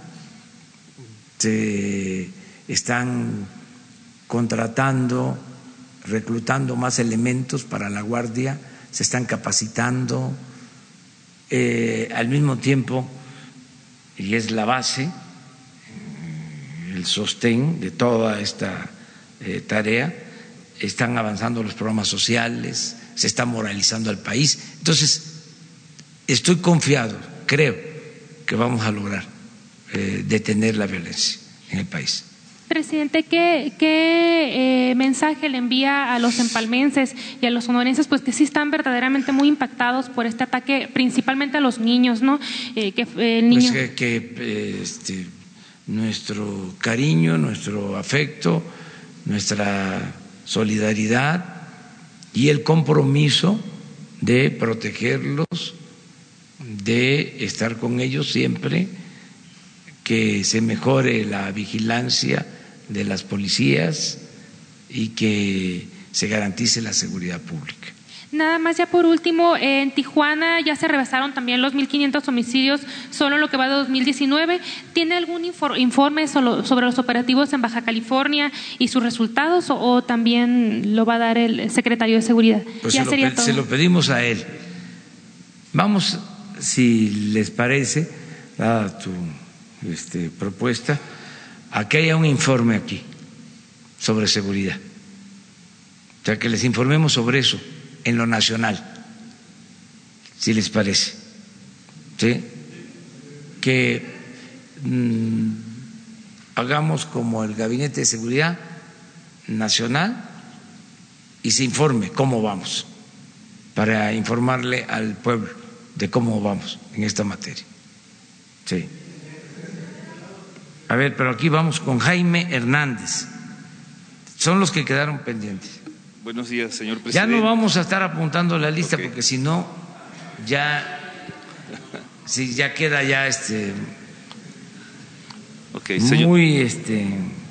se están contratando, reclutando más elementos para la Guardia, se están capacitando. Eh, al mismo tiempo, y es la base, el sostén de toda esta eh, tarea. Están avanzando los programas sociales, se está moralizando el país. Entonces, estoy confiado, creo que vamos a lograr eh, detener la violencia en el país. Presidente, ¿qué, qué eh, mensaje le envía a los empalmenses y a los sonorenses, pues que sí están verdaderamente muy impactados por este ataque, principalmente a los niños, ¿no? Eh, que eh, el niño... Pues que, que eh, este, nuestro cariño, nuestro afecto, nuestra solidaridad y el compromiso de protegerlos, de estar con ellos siempre, que se mejore la vigilancia de las policías y que se garantice la seguridad pública. Nada más ya por último, eh, en Tijuana ya se rebasaron también los mil quinientos homicidios solo en lo que va de dos mil diecinueve. ¿Tiene algún infor informe solo sobre los operativos en Baja California y sus resultados o, o también lo va a dar el secretario de Seguridad? Pues ya se, sería lo, todo. se lo pedimos a él. Vamos, si les parece, a tu este, propuesta, a que haya un informe aquí sobre seguridad. O sea, que les informemos sobre eso en lo nacional, si les parece, ¿sí? Que mmm, hagamos como el Gabinete de Seguridad Nacional y se informe cómo vamos, para informarle al pueblo de cómo vamos en esta materia. Sí. A ver, pero aquí vamos con Jaime Hernández. Son los que quedaron pendientes. Buenos días, señor presidente. Ya no vamos a estar apuntando la lista, okay, porque si no, ya, si ya queda ya este, okay, señor. muy este,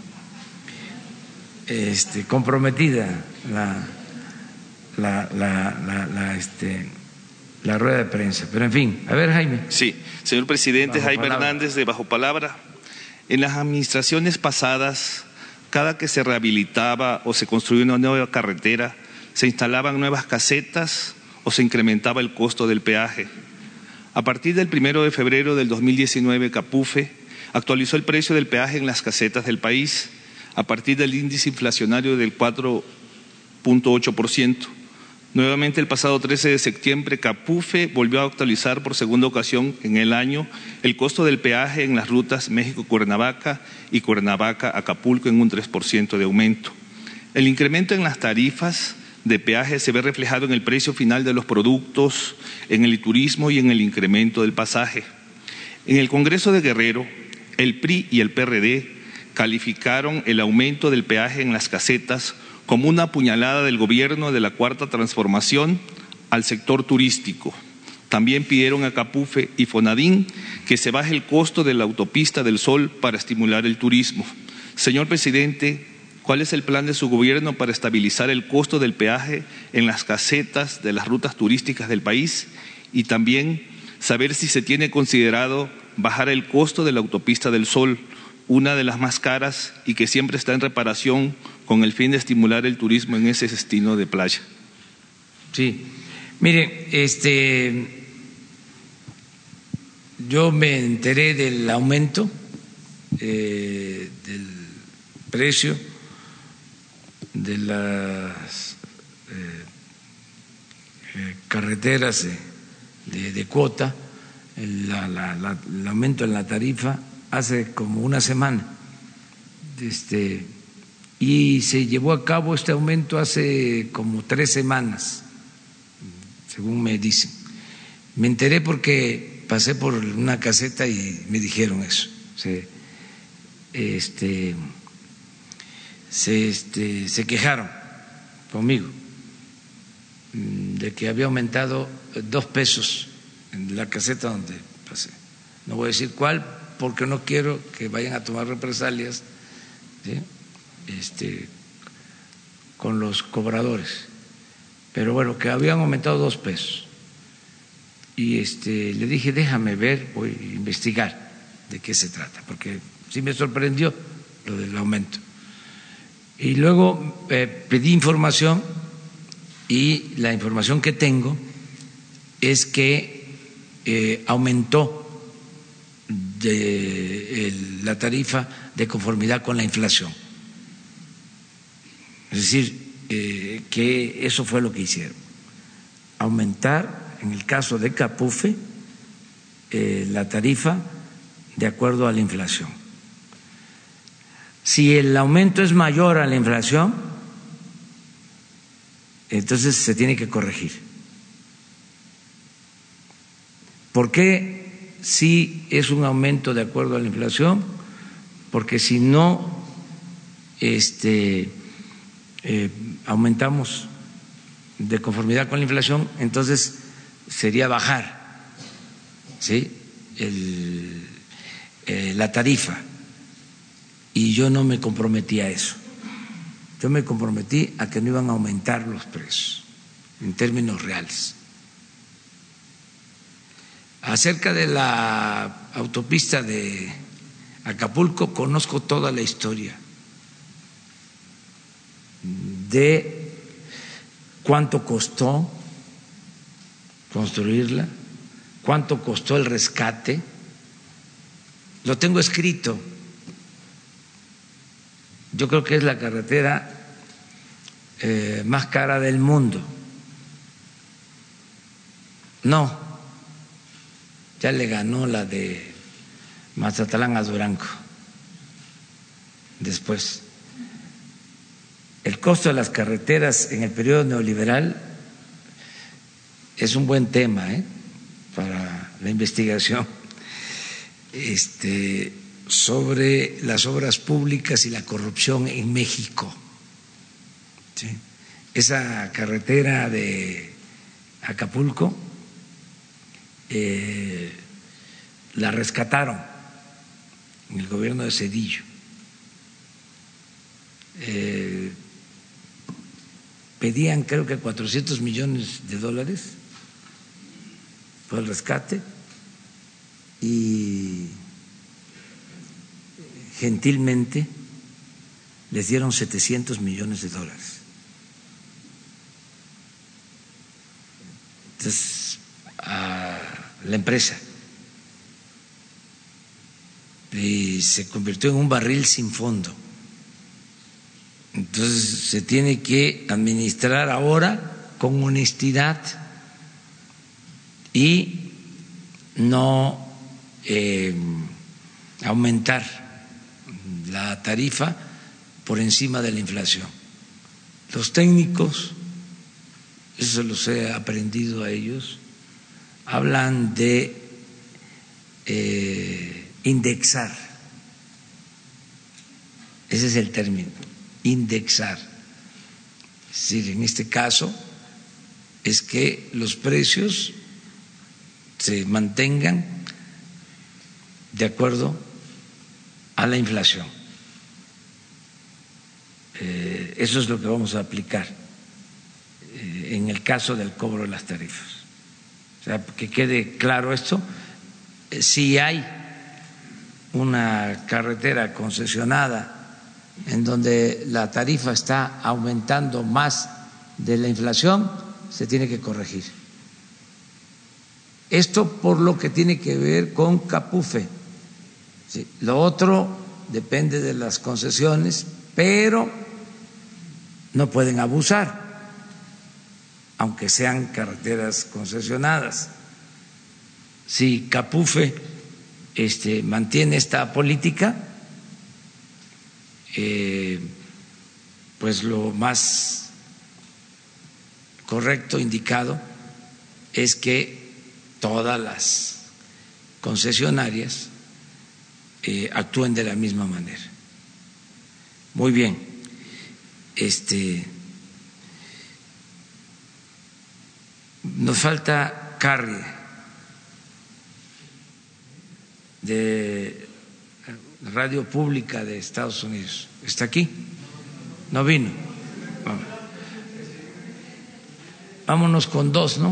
este, comprometida la, la, la, la, la, este, la rueda de prensa. Pero en fin, a ver, Jaime. Sí, señor presidente, Bajo Jaime palabra. Hernández de Bajo Palabra. En las administraciones pasadas, cada que se rehabilitaba o se construía una nueva carretera, se instalaban nuevas casetas o se incrementaba el costo del peaje. A partir del primero de febrero del dos mil diecinueve, Capufe actualizó el precio del peaje en las casetas del país a partir del índice inflacionario del cuatro punto ocho por ciento. Nuevamente, el pasado trece de septiembre, Capufe volvió a actualizar por segunda ocasión en el año el costo del peaje en las rutas México-Cuernavaca y Cuernavaca-Acapulco en un tres por ciento de aumento. El incremento en las tarifas de peaje se ve reflejado en el precio final de los productos, en el turismo y en el incremento del pasaje. En el Congreso de Guerrero, el P R I y el P R D calificaron el aumento del peaje en las casetas como una puñalada del gobierno de la Cuarta Transformación al sector turístico. También pidieron a Capufe y Fonadín que se baje el costo de la autopista del Sol para estimular el turismo. Señor presidente, ¿cuál es el plan de su gobierno para estabilizar el costo del peaje en las casetas de las rutas turísticas del país? Y también saber si se tiene considerado bajar el costo de la autopista del Sol, una de las más caras y que siempre está en reparación, con el fin de estimular el turismo en ese destino de playa. Sí, mire, este, yo me enteré del aumento eh, del precio de las eh, eh, carreteras de, de, de cuota, el, la, la, la, el aumento en la tarifa hace como una semana. Este, y se llevó a cabo este aumento hace como tres semanas, según me dicen. Me enteré porque pasé por una caseta y me dijeron eso. Se, este, se, este, se quejaron conmigo de que había aumentado dos pesos en la caseta donde pasé. No voy a decir cuál porque no quiero que vayan a tomar represalias, ¿sí? Este, con los cobradores, pero bueno, que habían aumentado dos pesos. Y este, le dije, déjame ver, voy a investigar de qué se trata, porque sí me sorprendió lo del aumento. Y luego eh, pedí información y la información que tengo es que eh, aumentó de el, la tarifa de conformidad con la inflación. Es decir, eh, que eso fue lo que hicieron, aumentar, en el caso de Capufe, eh, la tarifa de acuerdo a la inflación. Si el aumento es mayor a la inflación, entonces se tiene que corregir. ¿Por qué si es un aumento de acuerdo a la inflación? Porque si no este, eh, aumentamos de conformidad con la inflación, entonces sería bajar, ¿sí? el, eh, la tarifa. Y yo no me comprometí a eso. Yo me comprometí a que no iban a aumentar los precios en términos reales. Acerca de la autopista de Acapulco, conozco toda la historia de cuánto costó construirla, cuánto costó el rescate. Lo tengo escrito. Yo creo que es la carretera eh, más cara del mundo. No, ya le ganó la de Mazatlán a Durango. Después, el costo de las carreteras en el periodo neoliberal es un buen tema, ¿eh? para la investigación. Este. sobre las obras públicas y la corrupción en México. ¿Sí? Esa carretera de Acapulco eh, la rescataron en el gobierno de Zedillo. Eh, pedían creo que cuatrocientos millones de dólares por el rescate y gentilmente les dieron setecientos millones de dólares. Entonces, a la empresa, y se convirtió en un barril sin fondo. Entonces, se tiene que administrar ahora con honestidad y no eh, aumentar la tarifa por encima de la inflación. Los técnicos, eso los he aprendido a ellos, hablan de eh, indexar. Ese es el término, indexar. Es decir, en este caso es que los precios se mantengan de acuerdo a la inflación. Eh, eso es lo que vamos a aplicar eh, en el caso del cobro de las tarifas. O sea, que quede claro esto, eh, si hay una carretera concesionada en donde la tarifa está aumentando más de la inflación, se tiene que corregir. Esto por lo que tiene que ver con Capufe. Sí, lo otro depende de las concesiones, pero no pueden abusar, aunque sean carreteras concesionadas. Si Capufe este, mantiene esta política, eh, pues lo más correcto, indicado, es que todas las concesionarias eh, actúen de la misma manera. Muy bien. Este, nos falta Carrie de Radio Pública de Estados Unidos. ¿Está aquí? ¿No vino? Vamos. Vámonos con dos, ¿no?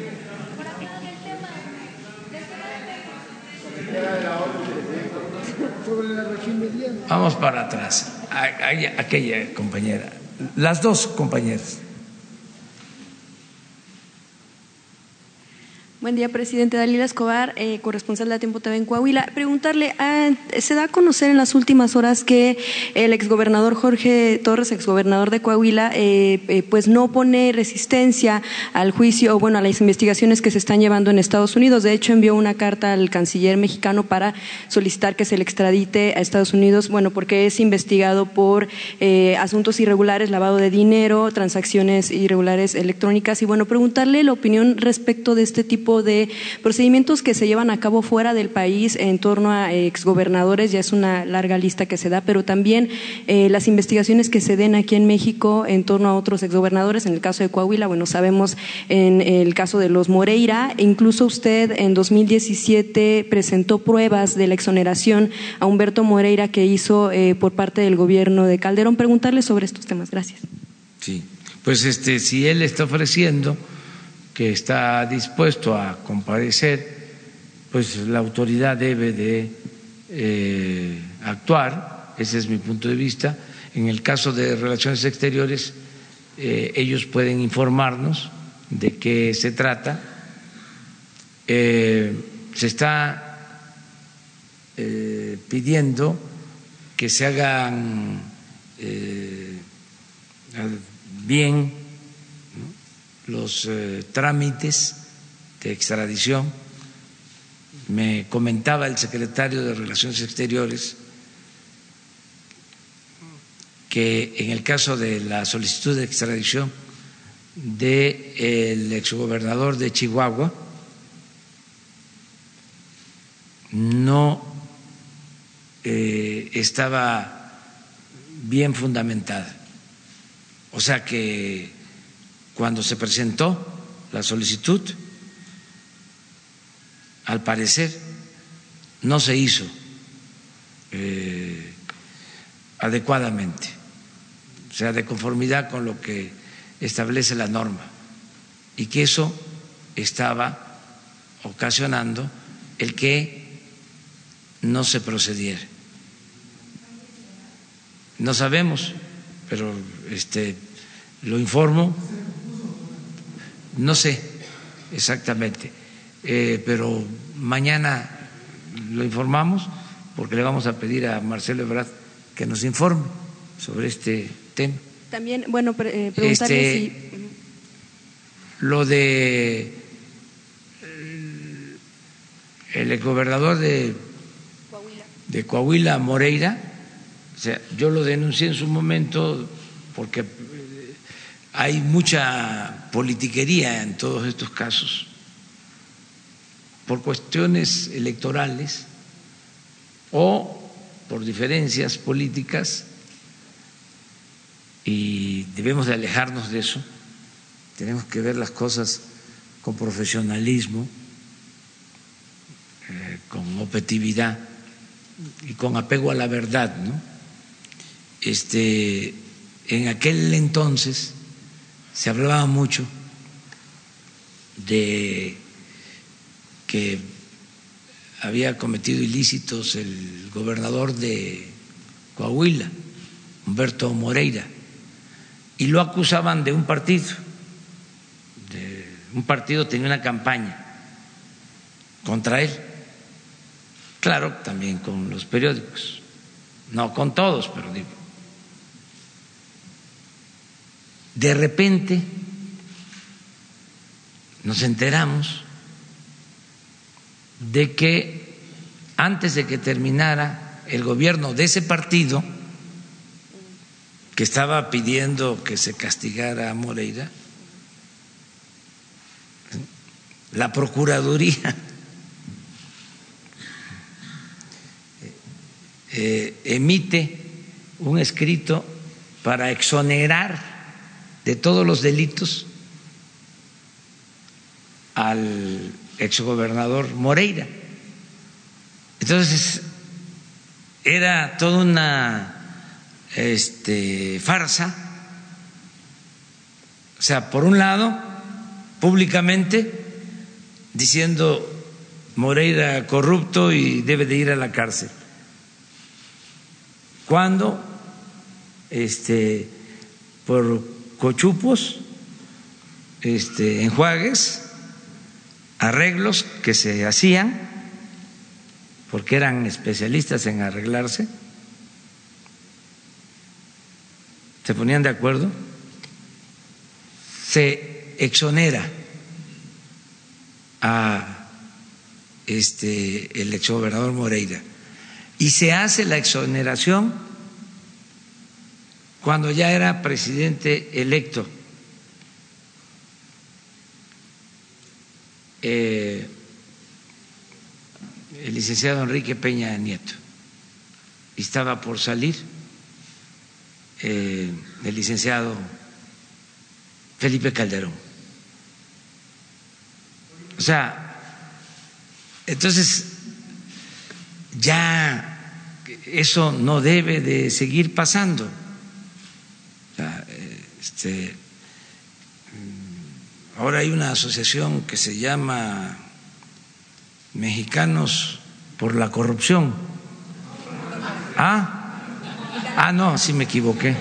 Vamos para atrás. Aquella compañera, las dos compañeras. Bueno. Buen día, presidente. Dalila Escobar, eh, corresponsal de A Tiempo T V en Coahuila. Preguntarle, ah, se da a conocer en las últimas horas que el exgobernador Jorge Torres, exgobernador de Coahuila, eh, eh, pues no pone resistencia al juicio, o bueno, a las investigaciones que se están llevando en Estados Unidos. De hecho, envió una carta al canciller mexicano para solicitar que se le extradite a Estados Unidos, bueno, porque es investigado por eh, asuntos irregulares, lavado de dinero, transacciones irregulares electrónicas. Y bueno, preguntarle la opinión respecto de este tipo de procedimientos que se llevan a cabo fuera del país en torno a exgobernadores. Ya es una larga lista que se da, pero también eh, las investigaciones que se den aquí en México en torno a otros exgobernadores. En el caso de Coahuila, bueno, sabemos en el caso de los Moreira, incluso usted en dos mil diecisiete presentó pruebas de la exoneración a Humberto Moreira que hizo eh, por parte del gobierno de Calderón. Preguntarle sobre estos temas. Gracias. Sí, pues este, si él está ofreciendo que está dispuesto a comparecer, pues la autoridad debe de eh, actuar. Ese es mi punto de vista. En el caso de Relaciones Exteriores, eh, ellos pueden informarnos de qué se trata. Eh, se está eh, pidiendo que se hagan eh, bien los eh, trámites de extradición. Me comentaba el secretario de Relaciones Exteriores que en el caso de la solicitud de extradición del exgobernador de Chihuahua no eh, estaba bien fundamentada. O sea que cuando se presentó la solicitud, al parecer no se hizo eh, adecuadamente, o sea, de conformidad con lo que establece la norma, y que eso estaba ocasionando el que no se procediera. No sabemos, pero este lo informo. No sé exactamente, eh, pero mañana lo informamos porque le vamos a pedir a Marcelo Ebrard que nos informe sobre este tema. También, bueno, pre eh, preguntarle este, si… Lo de el exgobernador de Coahuila. de Coahuila, Moreira, o sea, yo lo denuncié en su momento porque hay mucha politiquería en todos estos casos por cuestiones electorales o por diferencias políticas, y debemos de alejarnos de eso. Tenemos que ver las cosas con profesionalismo, eh, con objetividad y con apego a la verdad, ¿no? Este, en aquel entonces se hablaba mucho de que había cometido ilícitos el gobernador de Coahuila, Humberto Moreira, y lo acusaban de un partido, de un partido tenía una campaña contra él, claro, también con los periódicos, no con todos, pero digo. De repente nos enteramos de que antes de que terminara el gobierno de ese partido, que estaba pidiendo que se castigara a Moreira, la Procuraduría eh, emite un escrito para exonerar de todos los delitos al exgobernador Moreira. Entonces era toda una este, farsa. O sea, por un lado, públicamente diciendo Moreira corrupto y debe de ir a la cárcel, cuando este, por cochupos, este, enjuagues, arreglos que se hacían, porque eran especialistas en arreglarse, se ponían de acuerdo, se exonera a este el exgobernador Moreira y se hace la exoneración cuando ya era presidente electo eh, el licenciado Enrique Peña Nieto, y estaba por salir eh, el licenciado Felipe Calderón. O sea, entonces ya eso no debe de seguir pasando. O sea, este, ahora hay una asociación que se llama Mexicanos por la Corrupción. Ah, ah, no, sí me equivoqué.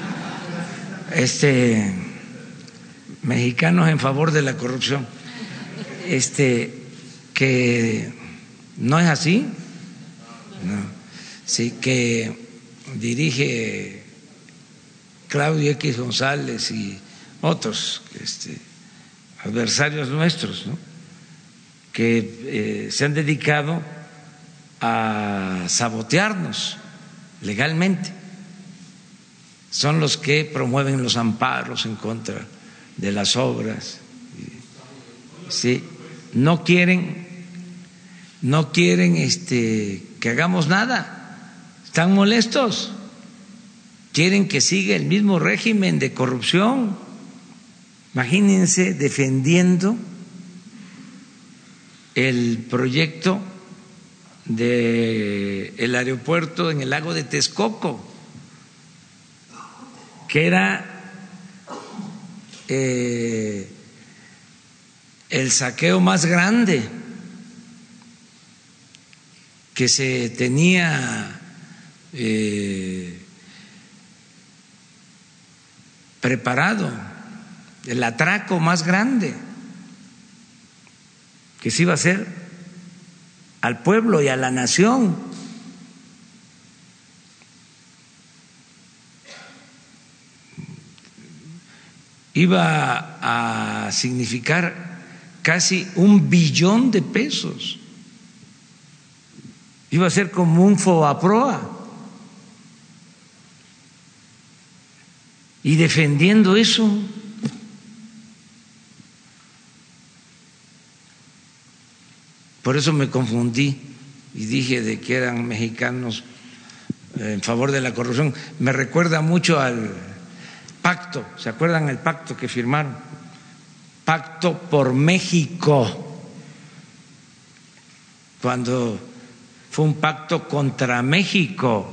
Este, Mexicanos en favor de la corrupción. Este, que no es así, no, sí, que dirige Claudio X González y otros este, adversarios nuestros, ¿no?, que eh, se han dedicado a sabotearnos legalmente. Son los que promueven los amparos en contra de las obras. Sí, no quieren, no quieren este, que hagamos nada. Están molestos. Quieren que siga el mismo régimen de corrupción. Imagínense defendiendo el proyecto del aeropuerto en el lago de Texcoco, que era eh, el saqueo más grande que se tenía eh, preparado, el atraco más grande que se iba a hacer al pueblo y a la nación. Iba a significar casi un billón de pesos. Iba a ser como un FOBAPROA. Y defendiendo eso, por eso me confundí y dije de que eran mexicanos en favor de la corrupción. Me recuerda mucho al pacto, ¿se acuerdan el pacto que firmaron? Pacto por México, cuando fue un pacto contra México.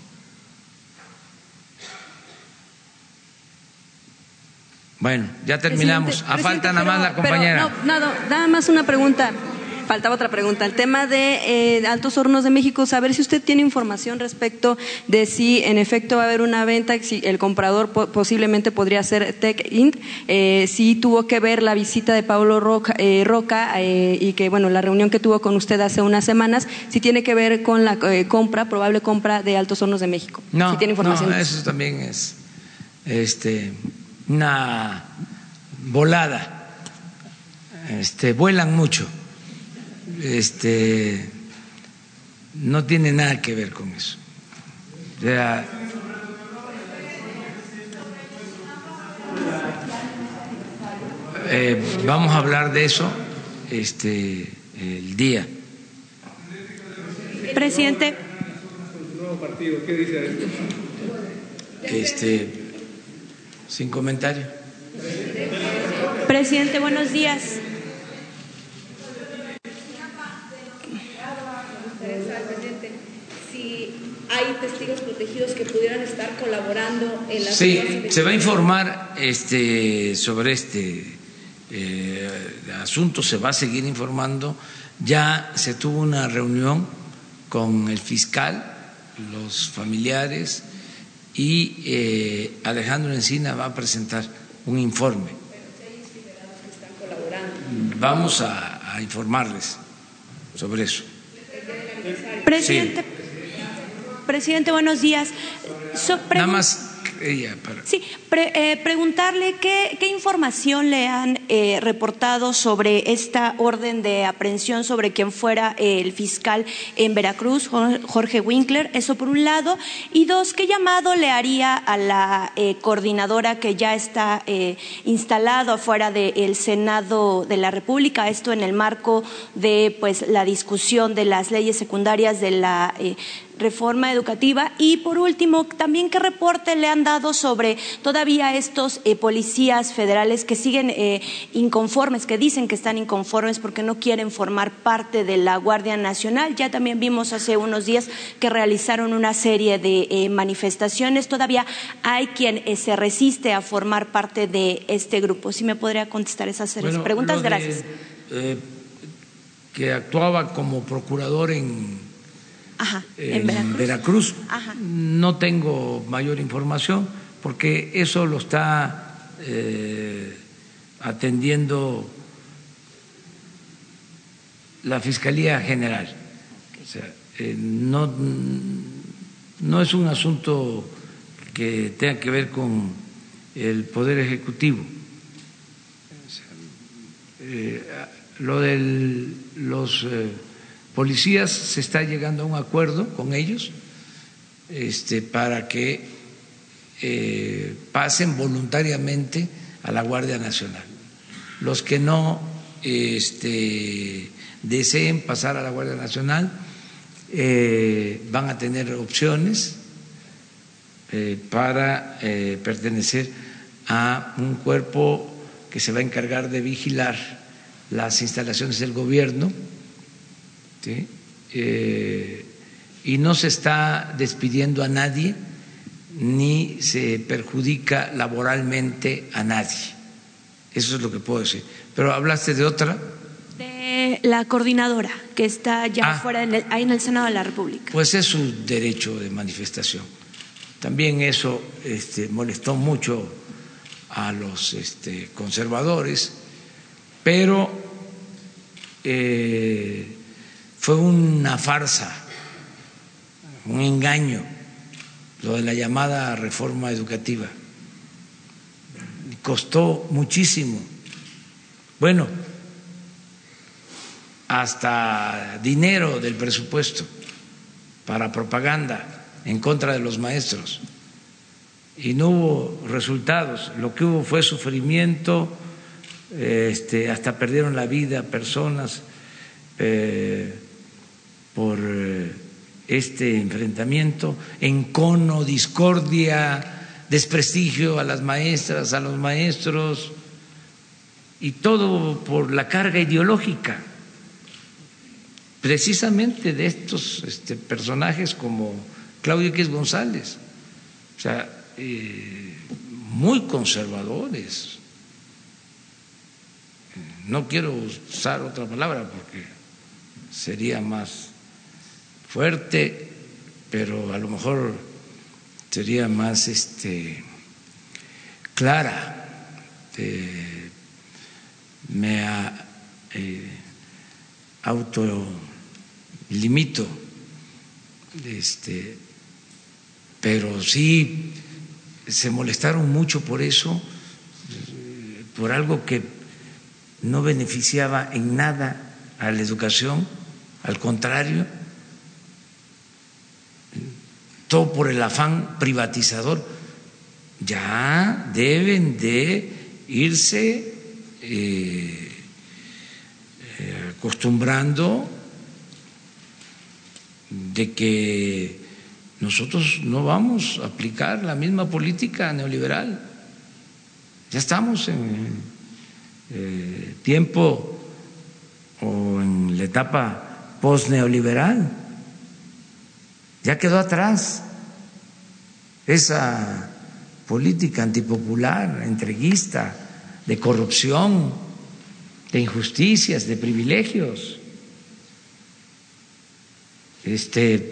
Bueno, ya terminamos. Presidente, A falta presidente, nada más pero- la compañera. pero no, no, nada más una pregunta. Faltaba otra pregunta. El tema de eh, Altos Hornos de México, saber si usted tiene información respecto de si en efecto va a haber una venta, si el comprador po posiblemente podría ser Tech Inc, eh, si tuvo que ver la visita de Pablo Roca, eh, Roca eh, y que, bueno, la reunión que tuvo con usted hace unas semanas, si tiene que ver con la eh, compra, probable compra de Altos Hornos de México. No, si tiene información. no, eso también es este, una volada. Este, vuelan mucho. Este, no tiene nada que ver con eso. O sea, eh, vamos a hablar de eso este, el día. Presidente. Este, sin comentario. Presidente, buenos días. Si hay testigos protegidos que pudieran estar colaborando en las Sí, nuevas se va a informar este, sobre este eh, asunto, se va a seguir informando. Ya se tuvo una reunión con el fiscal, los familiares, y eh, Alejandro Encina va a presentar un informe. Vamos a, a a informarles sobre eso. Presidente, sí. Presidente, buenos días. So, Nada más ella para. Sí, pre, eh, preguntarle qué, qué información le han eh, reportado sobre esta orden de aprehensión sobre quien fuera el fiscal en Veracruz, Jorge Winkler, eso por un lado, y dos, ¿qué llamado le haría a la eh, coordinadora que ya está eh, instalado afuera del Senado de la República, esto en el marco de pues la discusión de las leyes secundarias de la eh, reforma educativa? Y por último, también qué reporte le han dado sobre todavía estos eh, policías federales que siguen eh, inconformes, que dicen que están inconformes porque no quieren formar parte de la Guardia Nacional. Ya también vimos hace unos días que realizaron una serie de eh, manifestaciones. Todavía hay quien eh, se resiste a formar parte de este grupo. ¿Sí me podría contestar esas bueno, preguntas? de, Gracias. Eh, que actuaba como procurador en Ajá, en, en Veracruz, Veracruz. Ajá. No tengo mayor información porque eso lo está eh, atendiendo la Fiscalía General. Okay. O sea, eh, no, no es un asunto que tenga que ver con el Poder Ejecutivo. O sea, eh, lo de los eh, policías, se está llegando a un acuerdo con ellos este, para que eh, pasen voluntariamente a la Guardia Nacional. Los que no este, deseen pasar a la Guardia Nacional eh, van a tener opciones eh, para eh, pertenecer a un cuerpo que se va a encargar de vigilar las instalaciones del gobierno. ¿Sí? Eh, y no se está despidiendo a nadie ni se perjudica laboralmente a nadie. Eso es lo que puedo decir. Pero hablaste de otra. De la coordinadora que está ya ah, fuera en el, ahí en el Senado de la República. Pues es un derecho de manifestación. También eso este, molestó mucho a los este, conservadores, pero eh, fue una farsa, un engaño, lo de la llamada reforma educativa. Costó muchísimo. Bueno, hasta dinero del presupuesto para propaganda en contra de los maestros. Y no hubo resultados. Lo que hubo fue sufrimiento, este, hasta perdieron la vida personas eh, por este enfrentamiento, encono, discordia, desprestigio a las maestras, a los maestros, y todo por la carga ideológica, precisamente de estos este, personajes como Claudio X González, o sea, eh, muy conservadores. No quiero usar otra palabra porque sería más fuerte, pero a lo mejor sería más este, clara. Eh, me eh, autolimito, este, pero sí se molestaron mucho por eso, por algo que no beneficiaba en nada a la educación, al contrario, todo por el afán privatizador. Ya deben de irse eh, eh, acostumbrando de que nosotros no vamos a aplicar la misma política neoliberal. Ya estamos en eh, tiempo o en la etapa post-neoliberal. Ya quedó atrás esa política antipopular, entreguista, de corrupción, de injusticias, de privilegios. Este,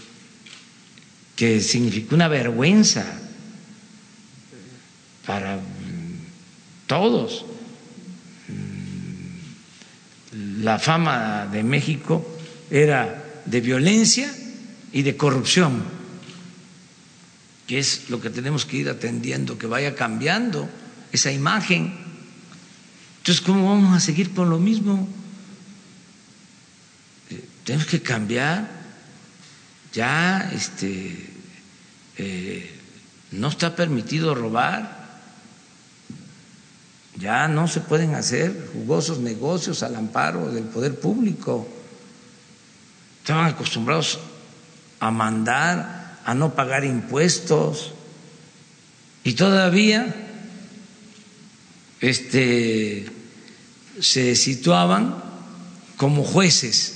que significó una vergüenza para todos la fama de México era de violencia y de corrupción, que es lo que tenemos que ir atendiendo, que vaya cambiando esa imagen. Entonces, ¿cómo vamos a seguir con lo mismo? Tenemos que cambiar. Ya este, eh, no está permitido robar, ya no se pueden hacer jugosos negocios al amparo del poder público. Estaban acostumbrados a mandar, a no pagar impuestos, y todavía este, se situaban como jueces.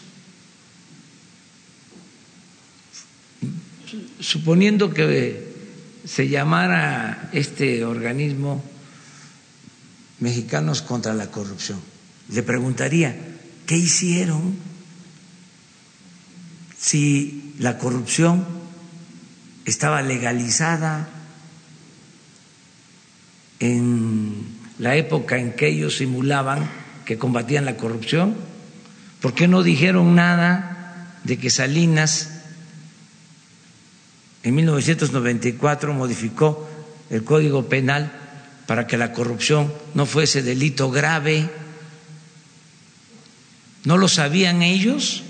Suponiendo que se llamara este organismo Mexicanos contra la Corrupción, le preguntaría, ¿qué hicieron si la corrupción estaba legalizada en la época en que ellos simulaban que combatían la corrupción? ¿Por qué no dijeron nada de que Salinas en mil novecientos noventa y cuatro modificó el Código Penal para que la corrupción no fuese delito grave? ¿No lo sabían ellos?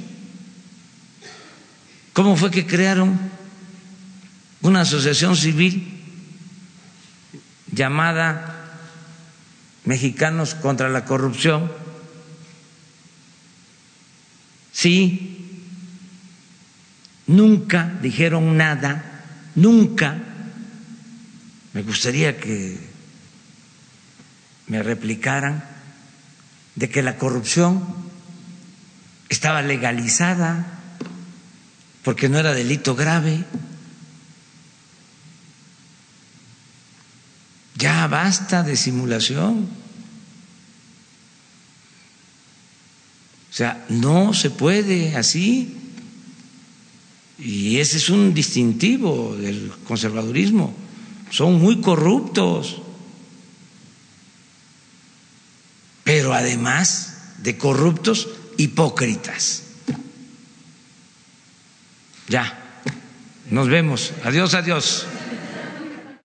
¿Cómo fue que crearon una asociación civil llamada Mexicanos contra la Corrupción? Sí. Nunca dijeron nada, nunca. Me gustaría que me replicaran de que la corrupción estaba legalizada porque no era delito grave. Ya basta de simulación. O sea, no se puede así. Y ese es un distintivo del conservadurismo. Son muy corruptos, pero además de corruptos, hipócritas. Ya, nos vemos. Adiós, adiós.